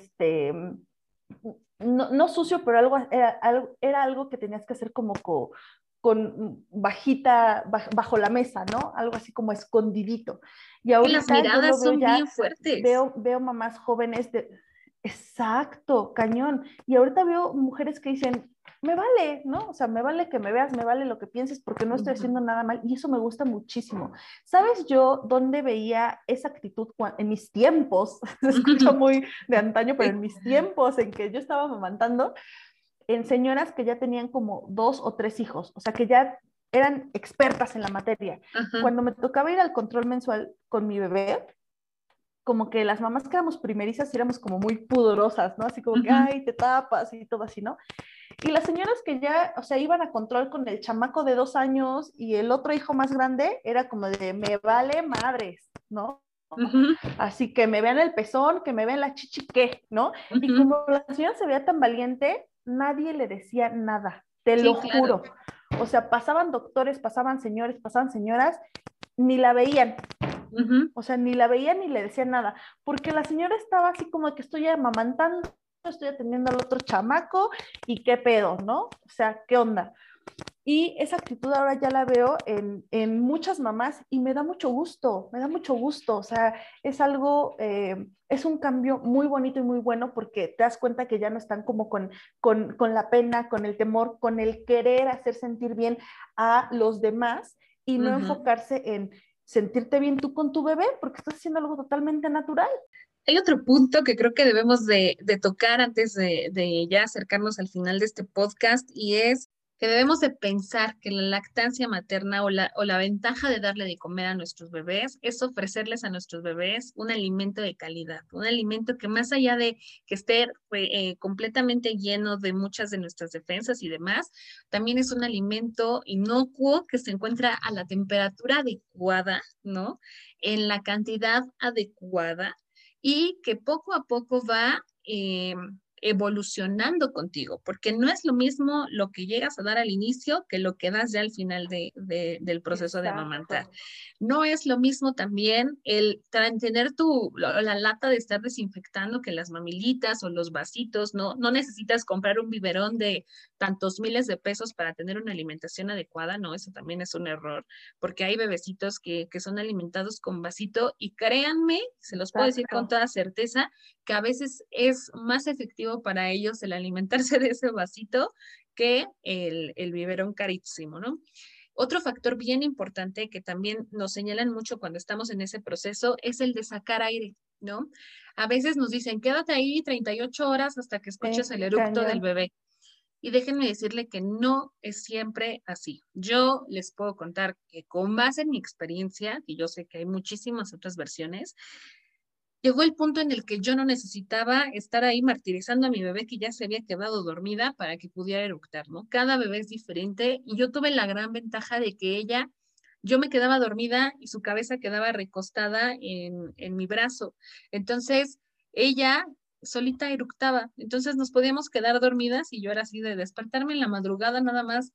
no sucio, pero era algo que tenías que hacer como con bajita, bajo la mesa, ¿no? Algo así como escondidito. Y Que las ahorita yo lo miradas veo son ya, bien fuertes. veo mamás jóvenes de, exacto, cañón. Y ahorita veo mujeres que dicen, me vale, ¿no? O sea, me vale que me veas, me vale lo que pienses porque no estoy Ujú. haciendo nada mal y eso me gusta muchísimo. ¿Sabes yo dónde veía esa actitud en mis tiempos? Se escucha muy de antaño, pero Sí. en mis tiempos en que yo estaba amamantando, en señoras que ya tenían como 2 o 3 hijos, o sea, que ya eran expertas en la materia. Ajá. Cuando me tocaba ir al control mensual con mi bebé, como que las mamás que éramos primerizas éramos como muy pudorosas, ¿no? Así como que, Ujú. ay, te tapas y todo así, ¿no? Y las señoras que ya, o sea, iban a control con el chamaco de 2 años y el otro hijo más grande, era como de, me vale madres, ¿no? Ujú. Así que me vean el pezón, que me vean la chichi, ¿qué? ¿No? Y Ujú. como la señora se veía tan valiente, nadie le decía nada, te lo Sí, claro. juro. O sea, pasaban doctores, pasaban señores, pasaban señoras, ni la veían, Ujú. o sea, ni la veían ni le decían nada, porque la señora estaba así como que estoy amamantando, estoy atendiendo al otro chamaco y qué pedo, ¿no? O sea, ¿qué onda? Y esa actitud ahora ya la veo en muchas mamás y me da mucho gusto, me da mucho gusto. O sea, es algo, es un cambio muy bonito y muy bueno porque te das cuenta que ya no están como con la pena, con el temor, con el querer hacer sentir bien a los demás y no Ujú. enfocarse en sentirte bien tú con tu bebé porque estás haciendo algo totalmente natural. Hay otro punto que creo que debemos de tocar antes de ya acercarnos al final de este podcast y es que debemos de pensar que la lactancia materna o la ventaja de darle de comer a nuestros bebés es ofrecerles a nuestros bebés un alimento de calidad, un alimento que más allá de que esté completamente lleno de muchas de nuestras defensas y demás, también es un alimento inocuo que se encuentra a la temperatura adecuada, ¿no? En la cantidad adecuada y que poco a poco va evolucionando contigo, porque no es lo mismo lo que llegas a dar al inicio que lo que das ya al final del proceso de amamantar. Exacto. No es lo mismo también el tener la lata de estar desinfectando que las mamilitas o los vasitos, no necesitas comprar un biberón de tantos miles de pesos para tener una alimentación adecuada, no, eso también es un error, porque hay bebecitos que son alimentados con vasito y créanme, se los puedo decir con Exacto. toda certeza, que a veces es más efectivo para ellos el alimentarse de ese vasito que el biberón carísimo, ¿no? Otro factor bien importante que también nos señalan mucho cuando estamos en ese proceso es el de sacar aire, ¿no? A veces nos dicen, quédate ahí 38 horas hasta que escuches el eructo del Cañón. bebé. Y déjenme decirle que no es siempre así. Yo les puedo contar que con base en mi experiencia, y yo sé que hay muchísimas otras versiones, llegó el punto en el que yo no necesitaba estar ahí martirizando a mi bebé que ya se había quedado dormida para que pudiera eructar, ¿no? Cada bebé es diferente y yo tuve la gran ventaja de que yo me quedaba dormida y su cabeza quedaba recostada en mi brazo. Entonces, ella solita eructaba. Entonces nos podíamos quedar dormidas y yo era así de despertarme en la madrugada nada más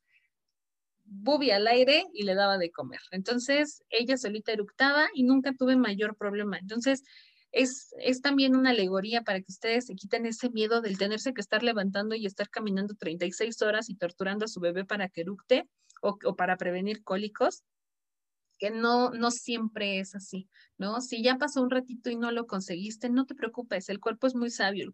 bubi al aire y le daba de comer. Entonces, ella solita eructaba y nunca tuve mayor problema. Entonces, es también una alegoría para que ustedes se quiten ese miedo del tenerse que estar levantando y estar caminando 36 horas y torturando a su bebé para que eructe o para prevenir cólicos, que no siempre es así, ¿no? Si ya pasó un ratito y no lo conseguiste, no te preocupes, el cuerpo es muy sabio,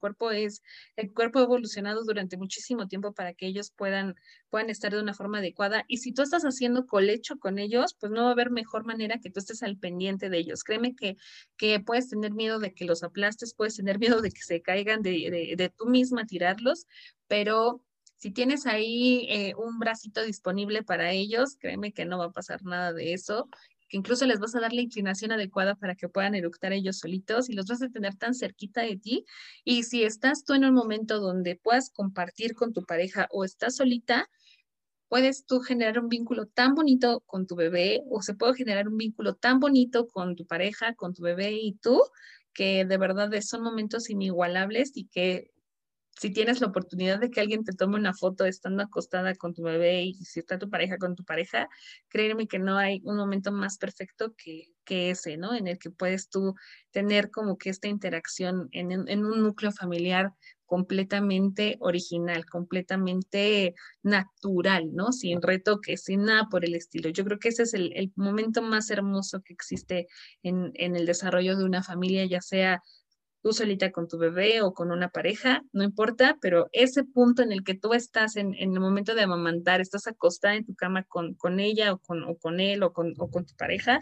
el cuerpo ha evolucionado durante muchísimo tiempo para que ellos puedan estar de una forma adecuada. Y si tú estás haciendo colecho con ellos, pues no va a haber mejor manera que tú estés al pendiente de ellos. Créeme que puedes tener miedo de que los aplastes, puedes tener miedo de que se caigan, de tú misma tirarlos, pero si tienes ahí un bracito disponible para ellos, créeme que no va a pasar nada de eso, que incluso les vas a dar la inclinación adecuada para que puedan eructar ellos solitos y los vas a tener tan cerquita de ti. Y si estás tú en un momento donde puedas compartir con tu pareja o estás solita, puedes tú generar un vínculo tan bonito con tu bebé o se puede generar un vínculo tan bonito con tu pareja, con tu bebé y tú, que de verdad son momentos inigualables y que si tienes la oportunidad de que alguien te tome una foto estando acostada con tu bebé y si está tu pareja con tu pareja, créeme que no hay un momento más perfecto que ese, ¿no? En el que puedes tú tener como que esta interacción en un núcleo familiar completamente original, completamente natural, ¿no? Sin retoques, sin nada por el estilo. Yo creo que ese es el momento más hermoso que existe en el desarrollo de una familia, ya sea tú solita con tu bebé o con una pareja, no importa, pero ese punto en el que tú estás en el momento de amamantar, estás acostada en tu cama con ella o con él o con tu pareja,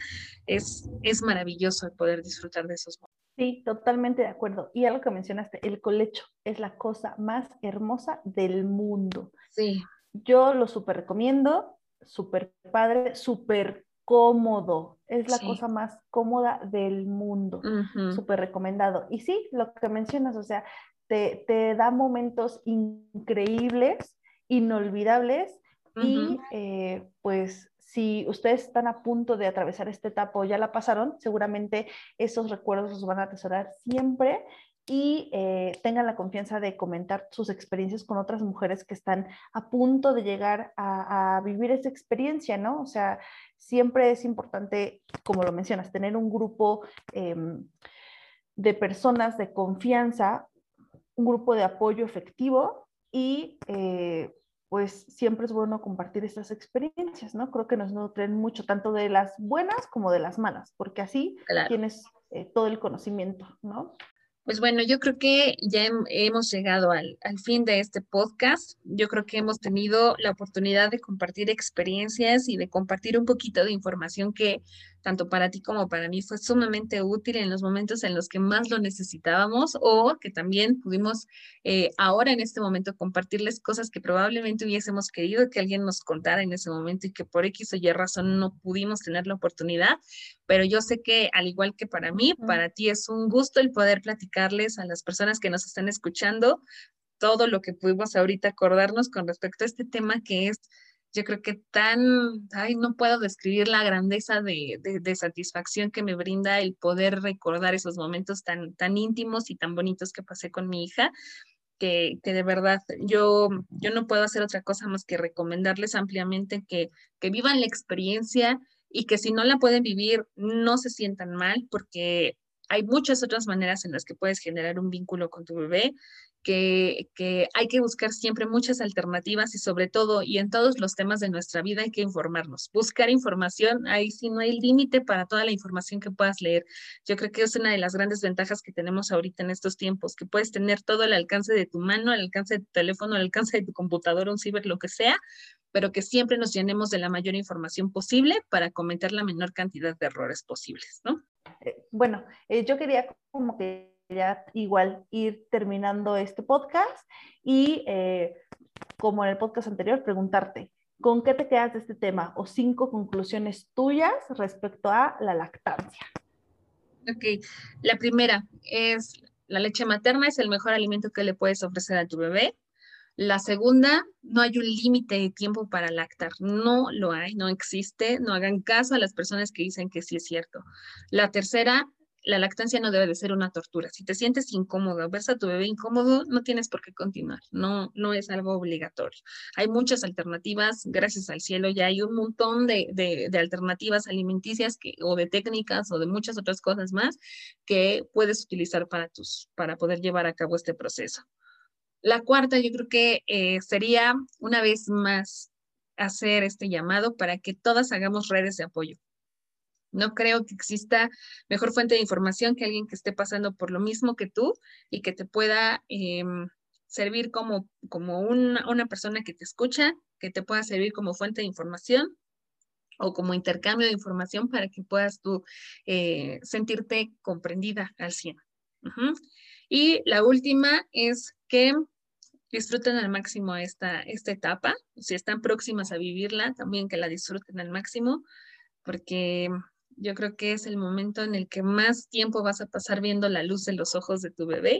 es maravilloso el poder disfrutar de esos momentos. Sí, totalmente de acuerdo. Y algo que mencionaste, el colecho es la cosa más hermosa del mundo. Sí, Yo lo súper recomiendo, súper padre, súper cómodo. Es la sí. cosa más cómoda del mundo. Ujú, Súper recomendado. Y sí, lo que mencionas, o sea, te da momentos increíbles, inolvidables. ujú. Y pues si ustedes están a punto de atravesar esta etapa o ya la pasaron, seguramente esos recuerdos los van a atesorar siempre y tengan la confianza de comentar sus experiencias con otras mujeres que están a punto de llegar a vivir esa experiencia, ¿no? O sea, siempre es importante, como lo mencionas, tener un grupo de personas de confianza, un grupo de apoyo efectivo y pues siempre es bueno compartir estas experiencias, ¿no? Creo que nos nutren mucho, tanto de las buenas como de las malas, porque así Claro. tienes todo el conocimiento, ¿no? Pues bueno, yo creo que ya hemos llegado al fin de este podcast. Yo creo que hemos tenido la oportunidad de compartir experiencias y de compartir un poquito de información que tanto para ti como para mí fue sumamente útil en los momentos en los que más lo necesitábamos o que también pudimos ahora en este momento compartirles cosas que probablemente hubiésemos querido que alguien nos contara en ese momento y que por X o Y razón no pudimos tener la oportunidad, pero yo sé que al igual que para mí, Mm. para ti es un gusto el poder platicarles a las personas que nos están escuchando todo lo que pudimos ahorita acordarnos con respecto a este tema que es, yo creo que ay, no puedo describir la grandeza de satisfacción que me brinda el poder recordar esos momentos tan íntimos y tan bonitos que pasé con mi hija. que de verdad yo no puedo hacer otra cosa más que recomendarles ampliamente que vivan la experiencia y que si no la pueden vivir, no se sientan mal, porque hay muchas otras maneras en las que puedes generar un vínculo con tu bebé, que hay que buscar siempre muchas alternativas y sobre todo, y en todos los temas de nuestra vida hay que informarnos, buscar información, ahí sí no hay límite para toda la información que puedas leer. Yo creo que es una de las grandes ventajas que tenemos ahorita en estos tiempos, que puedes tener todo al alcance de tu mano, al alcance de tu teléfono, al alcance de tu computadora, un ciber, lo que sea, pero que siempre nos llenemos de la mayor información posible para cometer la menor cantidad de errores posibles, ¿no? Bueno, yo quería como que ya igual ir terminando este podcast y como en el podcast anterior, preguntarte, ¿con qué te quedas de este tema? O 5 conclusiones tuyas respecto a la lactancia. Ok, la primera es la leche materna es el mejor alimento que le puedes ofrecer a tu bebé. La segunda, no hay un límite de tiempo para lactar. No lo hay, no existe. No hagan caso a las personas que dicen que sí es cierto. La tercera, la lactancia no debe de ser una tortura. Si te sientes incómodo, ves a tu bebé incómodo, no tienes por qué continuar. No, no es algo obligatorio. Hay muchas alternativas, gracias al cielo, ya hay un montón de alternativas alimenticias o de técnicas o de muchas otras cosas más que puedes utilizar para poder llevar a cabo este proceso. La cuarta, yo creo que sería una vez más hacer este llamado para que todas hagamos redes de apoyo. No creo que exista mejor fuente de información que alguien que esté pasando por lo mismo que tú y que te pueda servir como una persona que te escucha, que te pueda servir como fuente de información o como intercambio de información para que puedas tú sentirte comprendida al 100. Uh-huh. Y la última es que disfruten al máximo esta etapa. Si están próximas a vivirla, también que la disfruten al máximo, porque yo creo que es el momento en el que más tiempo vas a pasar viendo la luz de los ojos de tu bebé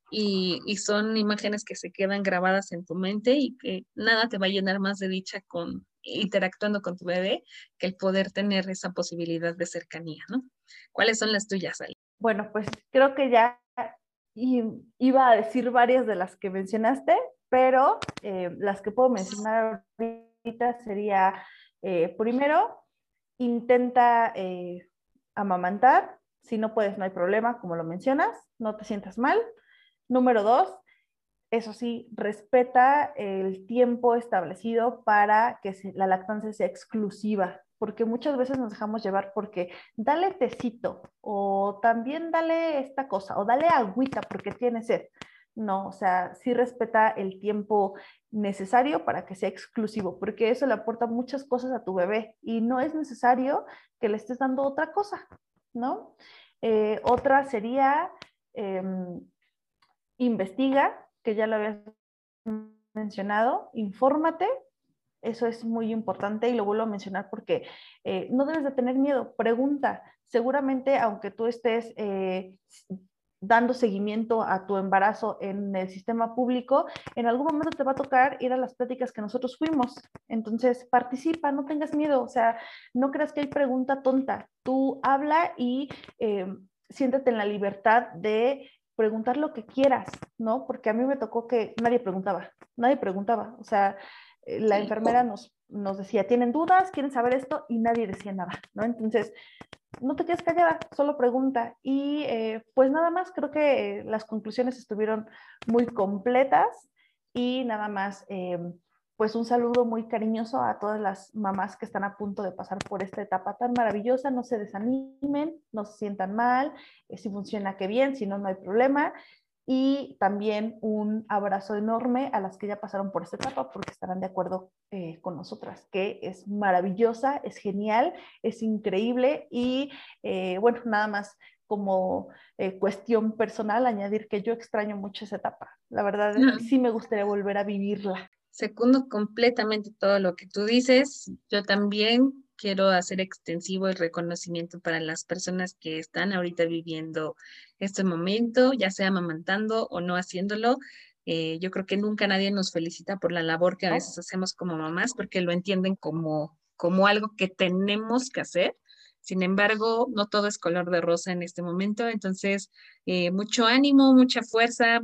y son imágenes que se quedan grabadas en tu mente y que nada te va a llenar más de dicha interactuando con tu bebé que el poder tener esa posibilidad de cercanía, ¿no? ¿Cuáles son las tuyas, Ali? Bueno, pues creo que ya iba a decir varias de las que mencionaste, pero las que puedo mencionar ahorita sería, primero, intenta amamantar. Si no puedes, no hay problema, como lo mencionas, no te sientas mal. Número 2, eso sí, respeta el tiempo establecido para que la lactancia sea exclusiva, porque muchas veces nos dejamos llevar porque dale tecito o también dale esta cosa o dale agüita porque tiene sed. No, o sea, sí respeta el tiempo necesario para que sea exclusivo, porque eso le aporta muchas cosas a tu bebé y no es necesario que le estés dando otra cosa, ¿no? Otra sería eh, investiga, que ya lo habías mencionado, infórmate, eso es muy importante y lo vuelvo a mencionar porque no debes de tener miedo, pregunta. Seguramente, aunque tú estés dando seguimiento a tu embarazo en el sistema público, en algún momento te va a tocar ir a las pláticas que nosotros fuimos. Entonces, participa, no tengas miedo, o sea, no creas que hay pregunta tonta. Tú habla y siéntate en la libertad de preguntar lo que quieras, ¿no? Porque a mí me tocó que nadie preguntaba, o sea, la Sí. enfermera nos decía, ¿tienen dudas? ¿Quieren saber esto? Y nadie decía nada, ¿no? Entonces, no te quedes callada, solo pregunta. Y pues nada más, creo que las conclusiones estuvieron muy completas y nada más, pues un saludo muy cariñoso a todas las mamás que están a punto de pasar por esta etapa tan maravillosa. No se desanimen, no se sientan mal, si funciona, qué bien, si no, no hay problema. Y también un abrazo enorme a las que ya pasaron por esta etapa porque estarán de acuerdo con nosotras, que es maravillosa, es genial, es increíble y bueno, nada más como cuestión personal, añadir que yo extraño mucho esa etapa. La verdad, sí me gustaría volver a vivirla. Secundo completamente todo lo que tú dices. Yo también quiero hacer extensivo el reconocimiento para las personas que están ahorita viviendo este momento, ya sea amamantando o no haciéndolo. Yo creo que nunca nadie nos felicita por la labor que a veces ¿No? hacemos como mamás, porque lo entienden como algo que tenemos que hacer. Sin embargo, no todo es color de rosa en este momento, entonces mucho ánimo, mucha fuerza,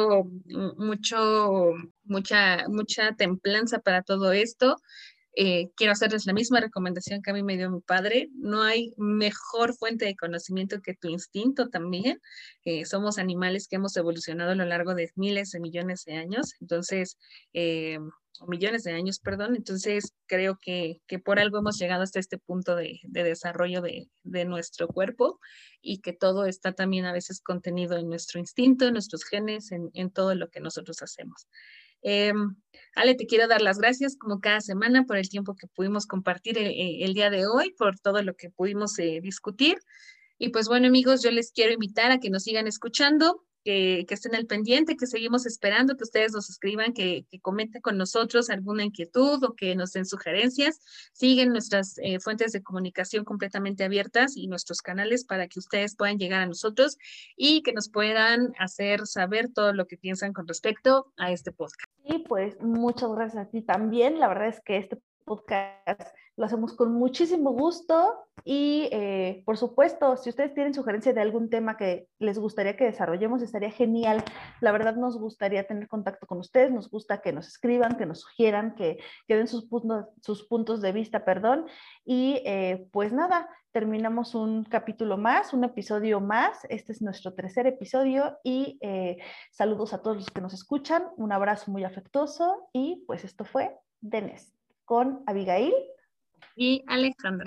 mucha templanza para todo esto. Quiero hacerles la misma recomendación que a mí me dio mi padre. No hay mejor fuente de conocimiento que tu instinto también. Somos animales que hemos evolucionado a lo largo de miles de millones de años, entonces, o millones de años, perdón. Entonces, creo que por algo hemos llegado hasta este punto de desarrollo de nuestro cuerpo y que todo está también a veces contenido en nuestro instinto, en nuestros genes, en todo lo que nosotros hacemos. Eh, Ale, te quiero dar las gracias como cada semana por el tiempo que pudimos compartir el día de hoy, por todo lo que pudimos discutir. Y pues bueno, amigos, yo les quiero invitar a que nos sigan escuchando, que estén al pendiente, que seguimos esperando que ustedes nos escriban, que comenten con nosotros alguna inquietud o que nos den sugerencias. Siguen nuestras fuentes de comunicación completamente abiertas y nuestros canales para que ustedes puedan llegar a nosotros y que nos puedan hacer saber todo lo que piensan con respecto a este podcast. Y pues muchas gracias a ti también. La verdad es que este podcast lo hacemos con muchísimo gusto y por supuesto, si ustedes tienen sugerencias de algún tema que les gustaría que desarrollemos, estaría genial. La verdad nos gustaría tener contacto con ustedes, nos gusta que nos escriban, que nos sugieran, que den sus puntos de vista, perdón. Y pues nada, terminamos un capítulo más, un episodio más. Este es nuestro tercer episodio y saludos a todos los que nos escuchan, un abrazo muy afectuoso y pues esto fue Dennis con Abigail Y Alejandra.